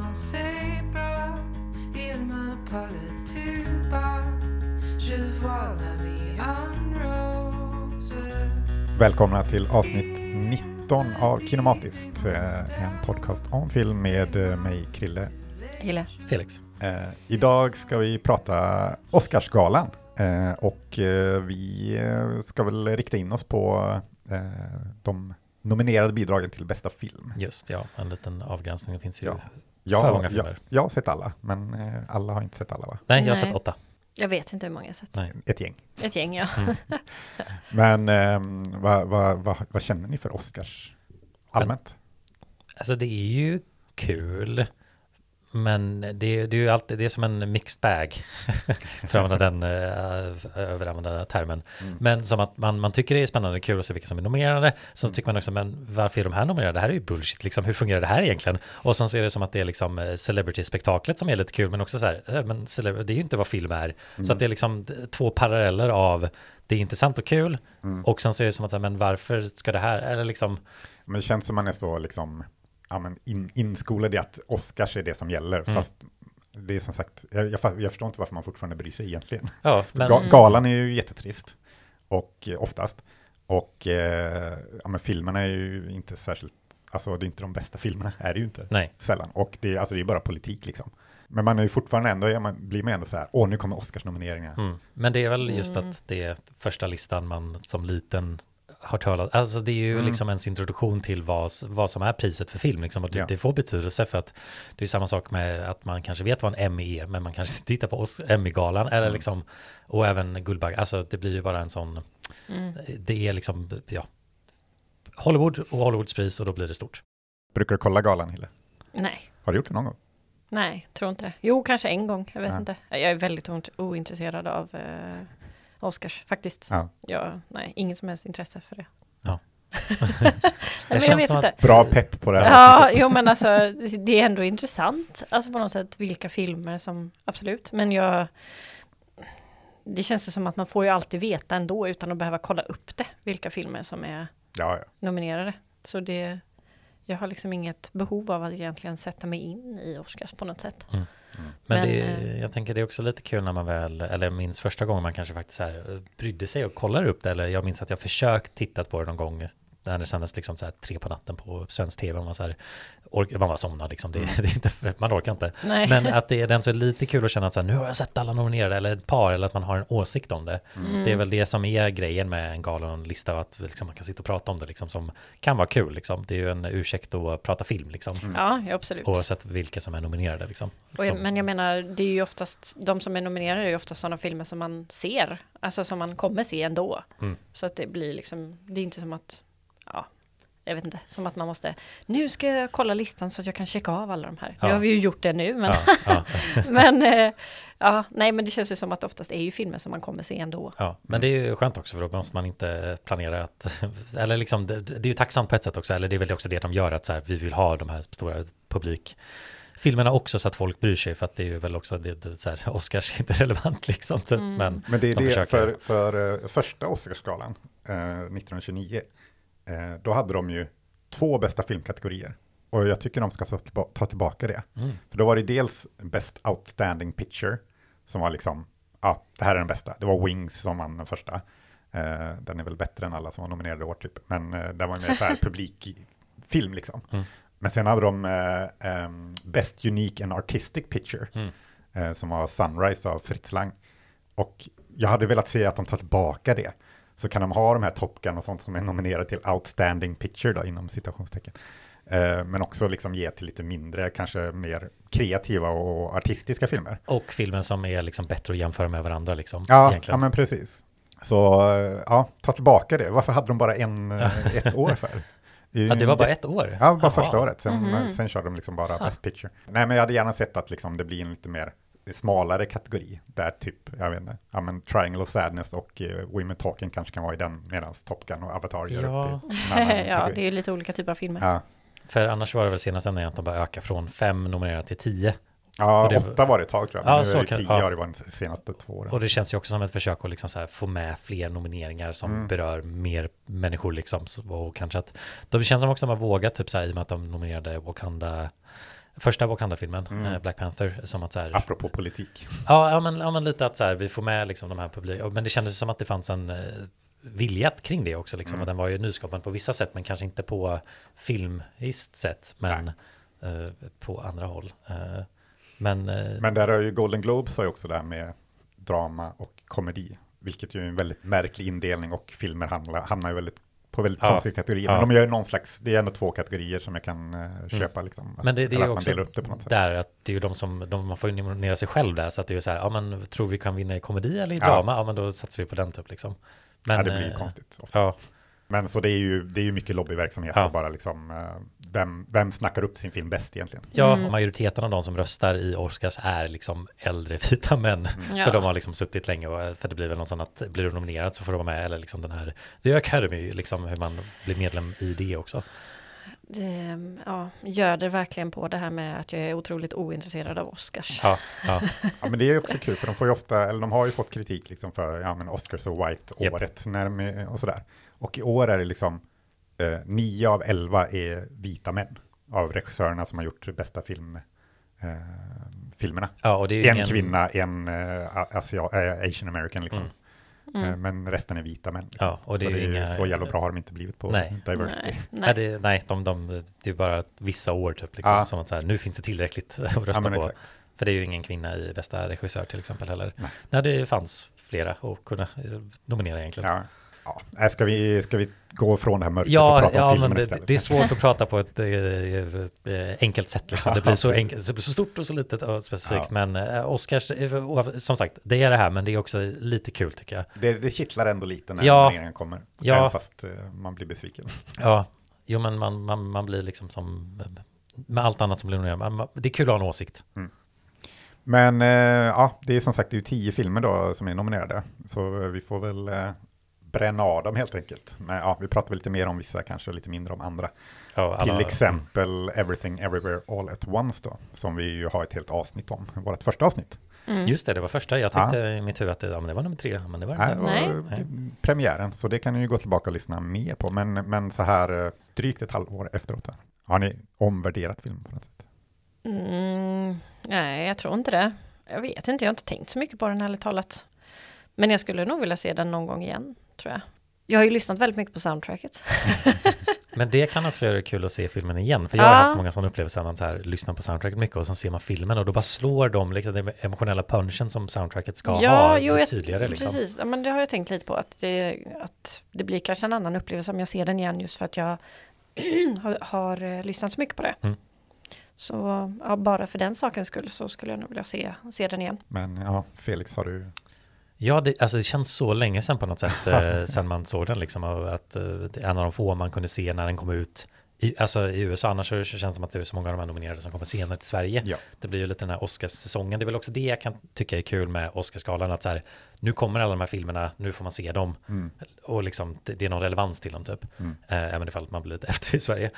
ses bras, il me parle tout bas. Je vois la vie en rose. Välkomna till avsnitt 19 av Kinematiskt, en podcast om film med mig, Krille. Hille. Felix. Idag ska vi prata Oscarsgalan och vi ska väl rikta in oss på de nominerade bidragen till bästa film. Just, ja. En liten avgränsning. Det finns ju Ja. för många filmer. Jag har sett alla, men alla har inte sett alla, va? Nej, jag har sett 8. Jag vet inte hur många jag har sett. Nej. Ett gäng. Ett gäng, ja. Men vad känner ni för Oscars allmänt? Alltså det är ju kul. Men det är ju alltid, det är som en mixed bag för att använda den överanvända termen. Men som att man tycker det är spännande och kul att se vilka som är nominerade. Sen så tycker man också, men varför är de här nominerade? Det här är ju bullshit, liksom, hur fungerar det här egentligen? Och sen så är det som att det är liksom celebrity-spektaklet som är lite kul, men också så här, men det är ju inte vad film är. Så att det är liksom två paralleller av det är intressant och kul, och sen så är det som att, men varför ska det här, eller liksom... Men det känns som man är så liksom... Ja, men inskolad i att Oscars är det som gäller, fast det är som sagt, jag förstår inte varför man fortfarande bryr sig egentligen. Ja, men... Galan är ju jättetrist, och oftast, och ja, men filmerna är ju inte särskilt, alltså det är inte de bästa filmerna, är det ju inte. Nej. Sällan, och det är bara politik liksom. Men man är ju fortfarande ändå, blir man ändå så här, nu kommer Oscarsnomineringar. Men det är väl just att det är första listan man som liten har talat, alltså det är ju liksom ens introduktion till vad som är priset för film liksom, och det får betydelse, för att det är samma sak med att man kanske vet vad en Emmy är, men man kanske tittar på Emmy-galan eller liksom, och även Guldbagge, alltså det blir ju bara en sån det är liksom, ja, Hollywood och Hollywoods pris, och då blir det stort. Brukar du kolla galan, Hille? Nej. Har du gjort det någon gång? Nej, tror inte det. Jo, kanske en gång, jag vet inte. Jag är väldigt ointresserad av Oscars, faktiskt. Nej, ingen som helst intresse för det. Ja. Men jag vet inte. Bra pepp på det här. Ja, jo, men alltså det är ändå intressant, alltså på något sätt, vilka filmer som, absolut, men det känns som att man får ju alltid veta ändå utan att behöva kolla upp det, vilka filmer som är nominerade. Så jag har liksom inget behov av att egentligen sätta mig in i Oscars på något sätt. Men jag tänker det är också lite kul när man väl, eller minns första gången man kanske faktiskt här brydde sig och kollar upp det, eller jag minns att jag försökt tittat på det någon gång när det sändes liksom så här 3 på natten på svensk tv, man var somnad liksom, det är inte, man orkar inte. Nej. Men att det är den så är lite kul att känna att så här, nu har jag sett alla nominerade, eller ett par, eller att man har en åsikt om det. Det är väl det som är grejen med en galanlista, att liksom man kan sitta och prata om det liksom, som kan vara kul liksom. Det är ju en ursäkt att prata film liksom. Ja, absolut. Oavsett vilka som är nominerade liksom. Men jag menar, det är ju oftast, de som är nominerade är ju oftast sådana filmer som man ser, alltså som man kommer se ändå. Så att det blir liksom, det är inte som att jag vet inte, som att man måste, nu ska jag kolla listan så att jag kan checka av alla de här. Nu har vi ju gjort det nu, men men det känns ju som att oftast är ju filmer som man kommer se ändå. Ja, men det är ju skönt också, för då måste man inte planera att, eller liksom, det är ju tacksamt på ett sätt också, eller det är väl också det de gör, att så här, vi vill ha de här stora publikfilmerna också, så att folk bryr sig, för att det är ju väl också det så här, Oscars är inte relevant liksom, typ, men det är det för första Oscarsgalan 1929. Då hade de ju 2 bästa filmkategorier. Och jag tycker de ska ta tillbaka det. För då var det dels Best Outstanding Picture, som var liksom, det här är den bästa. Det var Wings som vann den första. Den är väl bättre än alla som var nominerade år typ. Men det var mer så här publikfilm liksom. Men sen hade de Best Unique and Artistic Picture, som var Sunrise av Fritz Lang. Och jag hade velat se att de tar tillbaka det. Så kan de ha de här Top Gun och sånt som är nominerade till Outstanding Picture då, inom citationstecken. Men också liksom ge till lite mindre, kanske mer kreativa och artistiska filmer. Och filmer som är liksom bättre att jämföra med varandra liksom. Ja, men precis. Så ta tillbaka det. Varför hade de bara ett år för? Det var bara ett år? Ja, bara första året. Sen körde de liksom bara Best Picture. Nej, men jag hade gärna sett att liksom det blir en lite mer smalare kategori, där typ, jag vet inte, Triangle of Sadness och Women Talking kanske kan vara i den, medan Top Gun och Avatar gör upp i ja, det är ju lite olika typer av filmer. Ja. För annars var det väl senast att de bara ökar från 5 nominerade till 10. Ja, 8 var det ett tag tror jag. Men nu är det 10 år, det var de senaste 2 åren. Och det känns ju också som ett försök att liksom så här få med fler nomineringar som berör mer människor liksom. Och kanske att, det känns som också att man vågar typ så här, i och med att de nominerade Wakanda Första Wakanda-filmen, Black Panther, som att så här... Apropå politik. Ja, men lite att så här, vi får med liksom de här men det kändes som att det fanns en vilja kring det också liksom, och den var ju nyskapad på vissa sätt, men kanske inte på filmiskt sätt, men på andra håll. Men där är ju Golden Globes har ju också det här med drama och komedi, vilket ju är en väldigt märklig indelning, och filmer hamnar ju på väldigt konstiga kategorier. Men de gör någon slags, det är ändå 2 kategorier som jag kan köpa liksom. Men det är ju också upp det på något sätt. Där att det är ju man får ju nominera sig själv där, så att det är ju så här, men tror vi kan vinna i komedi eller i drama? Ja, men då satsar vi på den typ liksom. Men, det blir ju konstigt ofta. Ja. Men så det är ju mycket lobbyverksamhet och bara liksom vem snackar upp sin film bäst egentligen? Ja, majoriteten av de som röstar i Oscars är liksom äldre vita män. För de har liksom suttit länge, och för det blir väl någon sån att blir du nominerad så får du vara med, eller liksom den här The Academy, liksom hur man blir medlem i det också. Gör det verkligen på det här med att jag är otroligt ointresserad av Oscars. Ja, men det är ju också kul, för de får ju ofta, eller de har ju fått kritik liksom för Oscars och White-året och sådär. Och i år är det liksom 9 av 11 är vita män av regissörerna som har gjort bästa filmerna. Ja, och det är en kvinna, en Asian American liksom. Men resten är vita män. Liksom. Ja, och det är så jävla bra har de inte blivit på diversity. Nej, det är bara vissa år typ liksom, som att så här, nu finns det tillräckligt att rösta på. Exakt. För det är ju ingen kvinna i bästa regissör till exempel heller. Nej, det fanns flera att kunna nominera egentligen. Ja. Ska vi gå från det här mörkret och prata om filmen istället? Det är svårt att prata på ett enkelt sätt. Liksom. Det blir så enkelt, det blir så stort och så litet och specifikt. Men Oscars, som sagt, det är det här, men det är också lite kul tycker jag. Det kittlar ändå lite när nomineringen kommer. Även fast man blir besviken. Ja, jo, men man blir liksom som med allt annat som blir nominerat. Det är kul att ha en åsikt. Men det är som sagt, det är ju 10 filmer då som är nominerade. Så vi får väl bränna av dem helt enkelt. Men vi pratar väl lite mer om vissa kanske och lite mindre om andra. Till exempel Everything Everywhere All at Once då, som vi ju har ett helt avsnitt om. Vårt första avsnitt. Just det var första. Jag tänkte i mitt huvud att det var nummer 3, men det var det inte. Premiären, så det kan ni ju gå tillbaka och lyssna mer på. Men så här drygt ett halvår efteråt här. Har ni omvärderat filmen på något sätt? Nej, jag tror inte det. Jag vet inte, jag har inte tänkt så mycket på den ärligt talat. Men jag skulle nog vilja se den någon gång igen, tror jag. Jag har ju lyssnat väldigt mycket på soundtracket. Men det kan också göra det kul att se filmen igen. För jag har haft många sådana upplevelser, man så här, lyssnar på soundtracket mycket och sen ser man filmen och då bara slår de liksom, den emotionella punchen som soundtracket ska ha tydligare. Liksom. Precis, ja, men det har jag tänkt lite på. Att det blir kanske en annan upplevelse om jag ser den igen, just för att jag har lyssnat så mycket på det. Så bara för den sakens skull så skulle jag nog vilja se den igen. Men Felix, har du... Ja, det känns så länge sedan på något sätt sen man såg den liksom, att en av de få man kunde se när den kom ut i USA. Annars så känns det som att det är så många av de här nominerade som kommer senare till Sverige. Ja. Det blir ju lite den här Oscarssäsongen. Det är väl också det jag kan tycka är kul med Oscarsgalan, att så här, nu kommer alla de här filmerna, nu får man se dem. Och liksom, det är någon relevans till dem typ. Även ifall man blir lite efter i Sverige.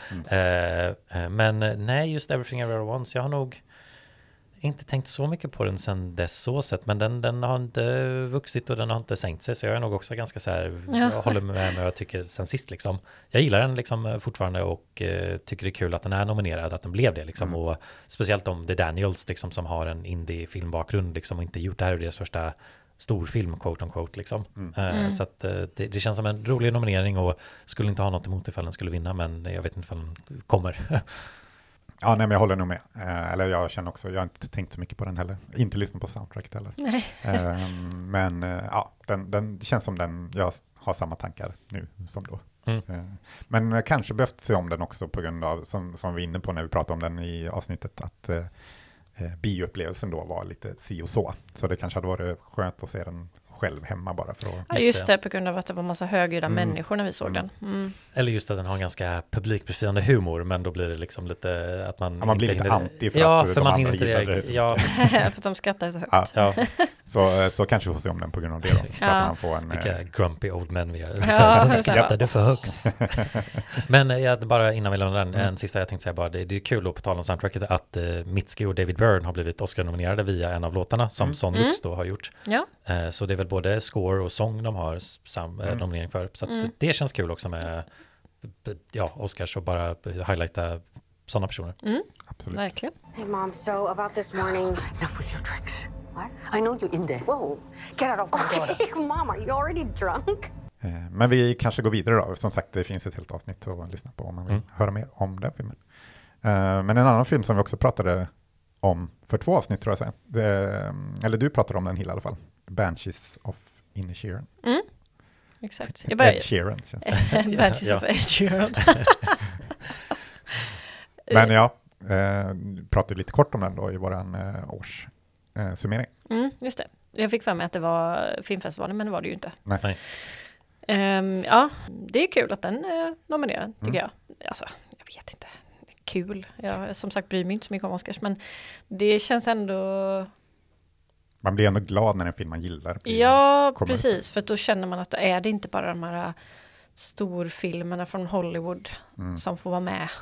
Men nej, just Everything Everywhere Once, jag har nog inte tänkt så mycket på den sen dess så sett, men den har inte vuxit och den har inte sänkt sig, så jag är nog också ganska så här, jag håller med vad jag tycker sen sist liksom. Jag gillar den liksom fortfarande och tycker det är kul att den är nominerad, att den blev det liksom, och speciellt om The Daniels liksom, som har en indie-filmbakgrund liksom, och inte gjort det här ur deras första storfilm, quote on quote liksom. Så att det känns som en rolig nominering och skulle inte ha något emot ifall den skulle vinna, men jag vet inte ifall den kommer. Ja, nej, men jag håller nog med. Eller jag känner också, jag har inte tänkt så mycket på den heller. Inte lyssnat på soundtracket heller. Nej. Men den känns som den, jag har samma tankar nu som då. Men kanske behövt se om den också på grund av, som vi var inne på när vi pratade om den i avsnittet, att bioupplevelsen då var lite si och så. Så det kanske hade varit skönt att se den själv hemma bara för att... Ja, just det, på grund av att det var massa högljudda människor när vi såg den. Eller just att den har en ganska publikbefriande humor, men då blir det liksom lite att man... Ja, man blir lite anti för att för de man andra hinner gillar inte det. För att de skrattar så högt. Ja. Så kanske vi får se om den på grund av det då. Så att man får en... Vilka grumpy old men vi är. De skrattade för högt. Men bara innan vi lämnar den, en sista jag tänkte säga bara, det är kul att på tal om soundtracket att Mitski och David Byrne har blivit Oscar-nominerade via en av låtarna som Son Lux då har gjort. Ja. Så det är väl både score och sång de har nominering för. Så att det känns kul också med Oscars och bara highlighta sådana personer. Absolut. Verkligen. Hey, Mom, so about this morning... Enough with your tricks. What? I know you're in there. Whoa. Get out of my daughter. Hey, Mom, are you already drunk? Men vi kanske går vidare då. Som sagt, det finns ett helt avsnitt att lyssna på om man vill höra mer om den filmen. Men en annan film som vi också pratade om för 2 avsnitt tror jag. Eller du pratade om den i alla fall. Banshees of Inisherin. Exakt. Ed Sheeran känns det. Banshees of Ed Sheeran. Men ja, pratade lite kort om den då i våran årssummering. Just det. Jag fick för mig att det var filmfestivalen, men det var det ju inte. Nej. Ja, det är kul att den är nominerad, tycker jag. Alltså, jag vet inte. Kul. Jag som sagt bryr mig inte så mycket om Oscars, men det känns ändå... Man blir ändå glad när en film man gillar Ja, precis. För då känner man att är det inte bara de här storfilmerna från Hollywood som får vara med.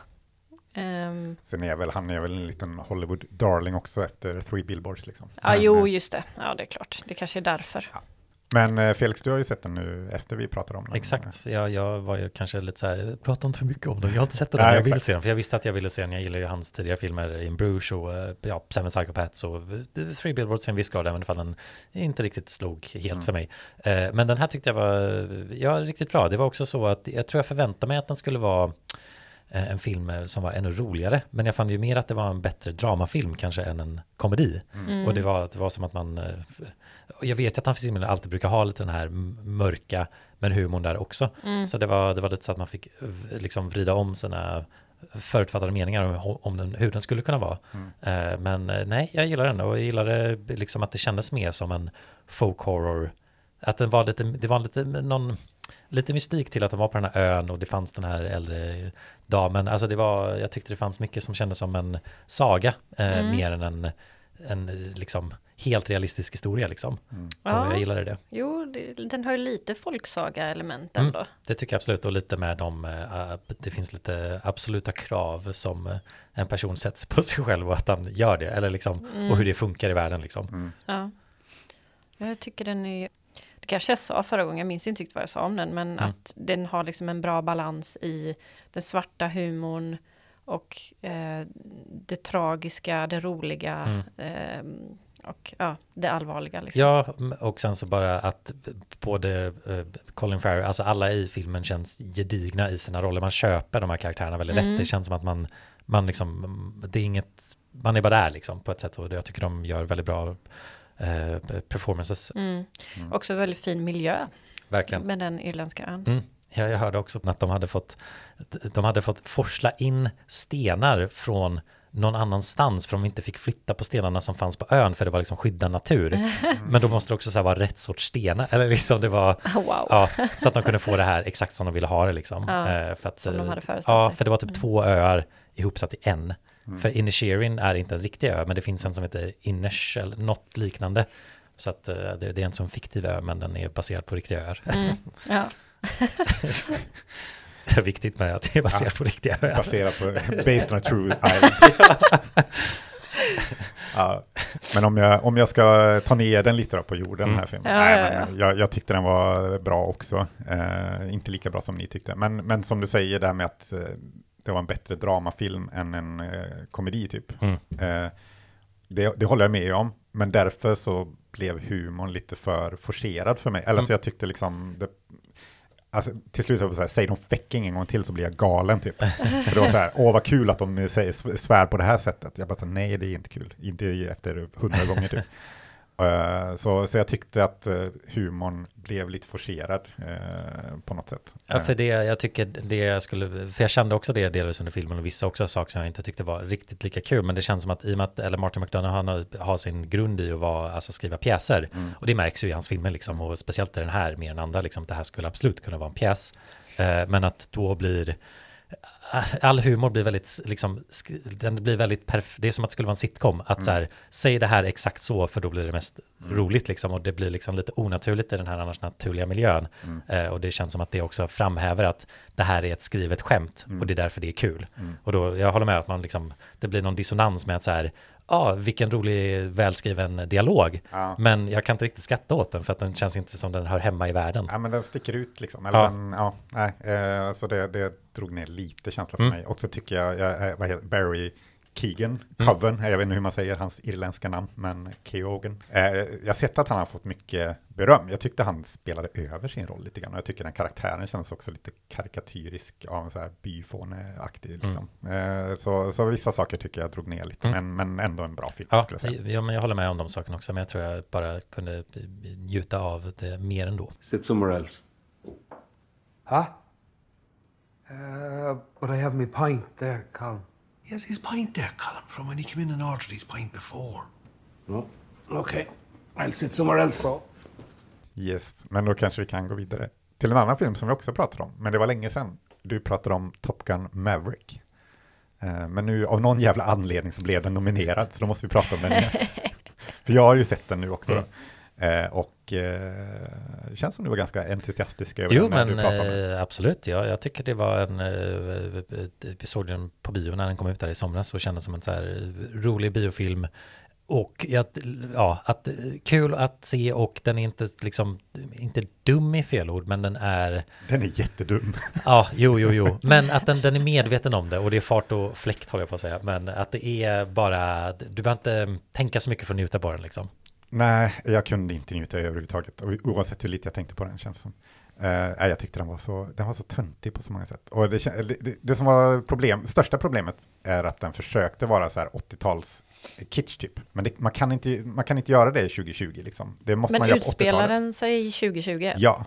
Sen han är väl en liten Hollywood-darling också efter 3 Billboards liksom. Ja, just det. Ja, det är klart. Det kanske är därför. Ja. Men Felix, du har ju sett den nu efter vi pratade om den. Exakt, jag var ju kanske lite så här, prata inte för mycket om den. Jag har inte sett den, jag ville se den. För jag visste att jag ville se den. Jag gillar ju hans tidigare filmer, In Bruges och Seven Psychopaths och 3 Billboards i en viss grad, även ifall den inte riktigt slog helt för mig. Men den här tyckte jag var riktigt bra. Det var också så att jag tror jag förväntade mig att den skulle vara en film som var ännu roligare, men jag fann ju mer att det var en bättre dramafilm kanske än en komedi. Och det var som att man jag vet ju att han filmen alltid brukar ha lite den här mörka men humorn där också. Så det var lite så att man fick liksom vrida om sina förutfattade meningar om hur den skulle kunna vara. Men nej, jag gillar den, och jag gillade liksom att det kändes mer som en folk horror, att det var lite mystik till att de var på den här ön och det fanns den här äldre damen. Alltså jag tyckte det fanns mycket som kändes som en saga mer än en liksom helt realistisk historia liksom. Och jag gillade det. Jo, den har ju lite folksaga-element ändå. Det tycker jag absolut, och lite med det finns lite absoluta krav som en person sätts på sig själv och att han gör det, eller liksom, och hur det funkar i världen liksom. Ja. Jag tycker den är... Det kanske jag sa förra gången, jag minns inte vad jag sa om den, men att den har liksom en bra balans i den svarta humorn och det tragiska, det roliga och det allvarliga. Liksom. Ja, och sen så bara att både Colin Farrell, alltså alla i filmen känns gedigna i sina roller. Man köper de här karaktärerna väldigt lätt. Det känns som att man liksom, det är inget, man är bara där liksom på ett sätt, och jag tycker de gör väldigt bra performances. Också väldigt fin miljö. Verkligen. Med den irländska ön. Ja, jag hörde också att de hade fått forsla in stenar från någon annanstans, för de inte fick flytta på stenarna som fanns på ön, för det var liksom skyddad natur. Men då måste det också så här vara rätt sorts stenar, eller liksom det var så att de kunde få det här exakt som de ville ha det liksom. För att, som de hade föreställt sig. För det var typ 2 öar ihopsatt i en. För Inisherin är inte en riktig ö, men det finns en som heter Inish eller något liknande. Så att det är en som fiktiv ö, men den är baserad på riktiga öar. Ja. Viktigt med att det är baserat på riktiga öar. Baserat på, based on a true island. Men om jag ska ta ner den lite då på jorden, den här filmen. Jag tyckte den var bra också. Inte lika bra som ni tyckte. Men som du säger där med att det var en bättre dramafilm än en komedi typ. Det håller jag med om. Men därför så blev humorn lite för forcerad för mig. Eller så jag tyckte liksom... Alltså, till slut var det så här, säg de fäcking en gång till så blir jag galen typ. För det var så här, vad kul att de säger svär på det här sättet. Jag bara så här, nej det är inte kul. Inte efter 100 gånger typ. Så jag tyckte att humorn blev lite forcerad på något sätt. Ja, för jag tycker för jag kände också det delvis under filmen, och vissa också saker som jag inte tyckte var riktigt lika kul, men det känns som att i och med att eller Martin McDonagh han har sin grund i att skriva pjäser, och det märks ju i hans filmer liksom, och speciellt i den här mer än andra liksom, det här skulle absolut kunna vara en pjäs, men att då blir all humor blir väldigt liksom, den blir väldigt det är som att det skulle vara en sitcom, att så här, säg det här exakt så, för då blir det mest roligt liksom, och det blir liksom lite onaturligt i den här annars naturliga miljön, och det känns som att det också framhäver att det här är ett skrivet skämt, och det är därför det är kul, och då, jag håller med att man liksom, det blir någon dissonans med att så här, ja, vilken rolig välskriven dialog. Ja. Men jag kan inte riktigt skratta åt den för att den känns inte som den hör hemma i världen. Ja, men den sticker ut liksom. Eller så det drog ner lite känsla för mig. Och så tycker jag vad heter Barry Keoghan, Coven, jag vet inte hur man säger hans irländska namn, men Keoghan. Jag har sett att han har fått mycket beröm. Jag tyckte han spelade över sin roll lite grann. Och jag tycker den karaktären känns också lite karikatyrisk av en så här byfåneaktig. Liksom. Så vissa saker tycker jag drog ner lite, men ändå en bra film, skulle jag säga. Ja, men jag håller med om de sakerna också, men jag tror jag bara kunde njuta av det mer ändå. Sit somewhere else. Huh? But I have my pint there, Colin. Yes, his pint there, Colin, from when he came in and ordered his pint before. No. Okay. I'll sit somewhere else. Yes, men då kanske vi kan gå vidare till en annan film som vi också pratade om. Men det var länge sedan. Du pratade om Top Gun Maverick. Men nu av någon jävla anledning så blev den nominerad, så då måste vi prata om den igen. För jag har ju sett den nu också. Då. Det känns som du var ganska entusiastisk över den när du pratade om den. Absolut. Jag tycker det var vi såg den på bio när den kom ut där i somras och kändes som en så här rolig biofilm. Och att kul att se, och den är inte liksom inte dum i fel ord, men den är jättedum. Ja, jo. Men att den är medveten om det, och det är fart och fläkt håller jag på att säga. Men att det är bara, du behöver inte tänka så mycket för att njuta på den liksom. Nej, jag kunde inte njuta överhuvudtaget, oavsett hur lite jag tänkte på den, känns som. Jag tyckte den var så töntig på så många sätt. Och det som var största problemet är att den försökte vara så här 80-tals kitsch typ. Men man kan inte göra det i 2020 liksom. Det måste man göra på 80-talet. Men utspelar den sig 2020? Ja.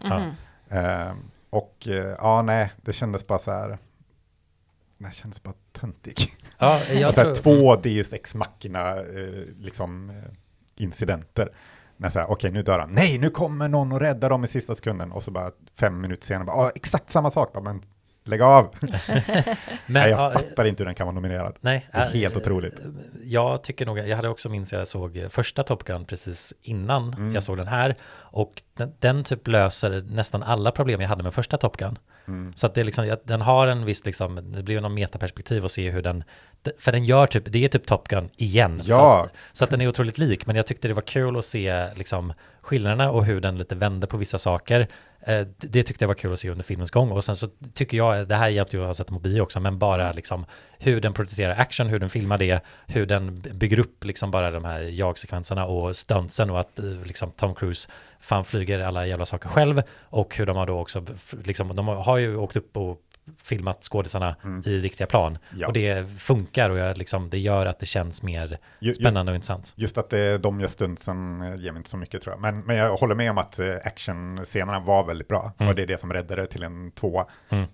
Det kändes bara så här. Det kändes bara töntig. Ja, jag tror 2 Deus Ex Machina incidenter. Men så här, okej, nu dör han. Nej, nu kommer någon och räddar dem i sista sekunden. Och så bara 5 minuter senare, exakt samma sak. Men lägg av. Men, jag fattar inte hur den kan vara nominerad. Nej, det är helt otroligt. Jag tycker nog, jag hade också minns jag såg första Top Gun precis innan jag såg den här. Och den typ löser nästan alla problem jag hade med första Top Gun. Så att det liksom, den har en viss liksom, det blir någon metaperspektiv att se hur den, för den gör typ, det är typ Top Gun igen. Ja. Så att den är otroligt lik, men jag tyckte det var kul att se liksom skillnaderna och hur den lite vände på vissa saker. Det tyckte jag var kul att se under filmens gång. Och sen så tycker jag, det här hjälpte jag att ha sett på bio också, men bara liksom hur den producerar action, hur den filmar det, hur den bygger upp liksom bara de här jagsekvenserna och stuntsen, och att liksom Tom Cruise fan flyger alla jävla saker själv, och hur de har då också liksom, de har ju åkt upp och filmat skådisarna i riktiga plan. Ja. Och det funkar, och det gör att det känns mer spännande och intressant. Just att de gör stuntsen ger mig inte så mycket, tror jag. Men jag håller med om att actionscenerna var väldigt bra. Och det är det som räddade till en 2.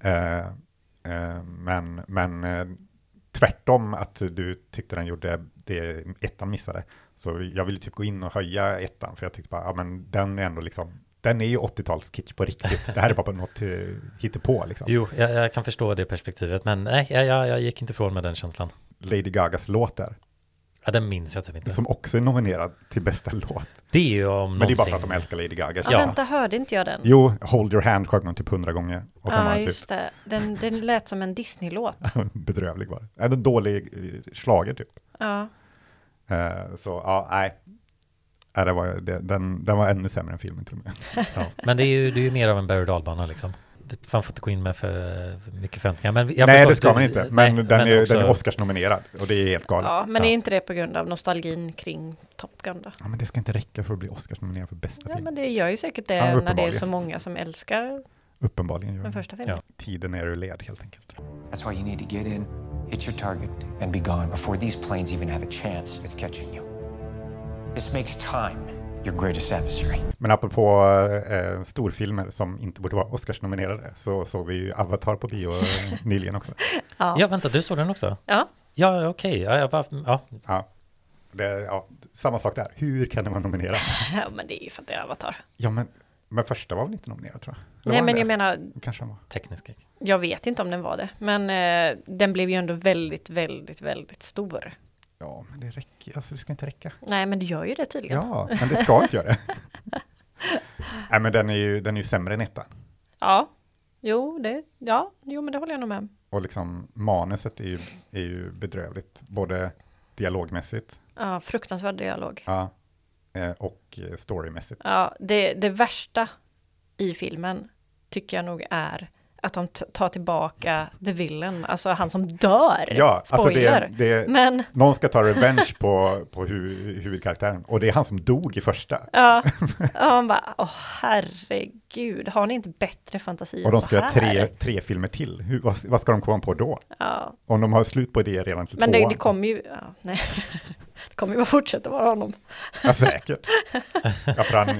Men tvärtom att du tyckte den gjorde det ettan missade. Så jag ville typ gå in och höja ettan, för jag tyckte bara, men den är ändå liksom, den är ju 80-tals kitsch på riktigt. Det här är bara något hittepå liksom. Jo, jag kan förstå det perspektivet, men nej, jag gick inte ifrån med den känslan. Lady Gagas låt där. Ja, den minns jag typ inte. Som också är nominerad till bästa låt. Det är ju om men det är bara för att de älskar Lady Gaga. Ja, vänta, hörde inte jag den? Jo, Hold Your Hand sjöng någon typ 100 gånger. Och just det. Den lät som en Disney-låt. Bedrövlig var det. En dålig schlager typ. Ja. Nej. Den var ännu sämre än filmen till och med. Ja, men det är ju mer av en berg- och dalbana liksom. Man får inte gå in med för mycket förväntningar. Men nej, det ska man inte. Men den är Oscars-nominerad, och det är helt galet. Ja, men är inte det på grund av nostalgin kring Top Gun då? Ja, men det ska inte räcka för att bli Oscars-nominerad för bästa film. Ja, men det gör ju säkert det när det är så många som älskar uppenbarligen gör den första filmen. Ja. Tiden är ur led helt enkelt. That's why you need to get in, hit your target and be gone before these planes even have a chance at catching you. This makes time your greatest adversary. Men apropå storfilmer som inte borde vara Oscars-nominerade, så såg vi ju Avatar på bio nyligen också. Ja, vänta, du såg den också? Ja. Ja, okej. Ja. Samma sak där. Hur kan den vara nominerad? Ja, men det är ju för att det är Avatar. Ja, men första var väl inte nominerad, tror jag. Nej, men jag menar... Kanske den var. Teknisk. Jag vet inte om den var det. Men den blev ju ändå väldigt, väldigt, väldigt stor. Ja, men det räcker. Alltså, det ska inte räcka. Nej, men det gör ju det tydligen. Ja, men det ska inte göra det. Nej, men den är ju sämre än ettan. Ja. Jo, men det håller jag nog med. Och liksom manuset är ju bedrövligt. Både dialogmässigt. Ja, fruktansvärd dialog. Ja, och storymässigt. Ja, det värsta i filmen tycker jag nog är att de tar tillbaka the villain, alltså han som dör. Ja, spoiler. Alltså Men någon ska ta revenge på huvudkaraktären. Och det är han som dog i första. ja, man bara, herregud, har ni inte bättre fantasi? Och de ska göra tre filmer till. Vad ska de komma på då? Ja. Om de har slut på det redan till Men tvåan. det kommer ju, nej. Det kommer ju bara fortsätta vara honom. Ja, säkert. Ja, för han,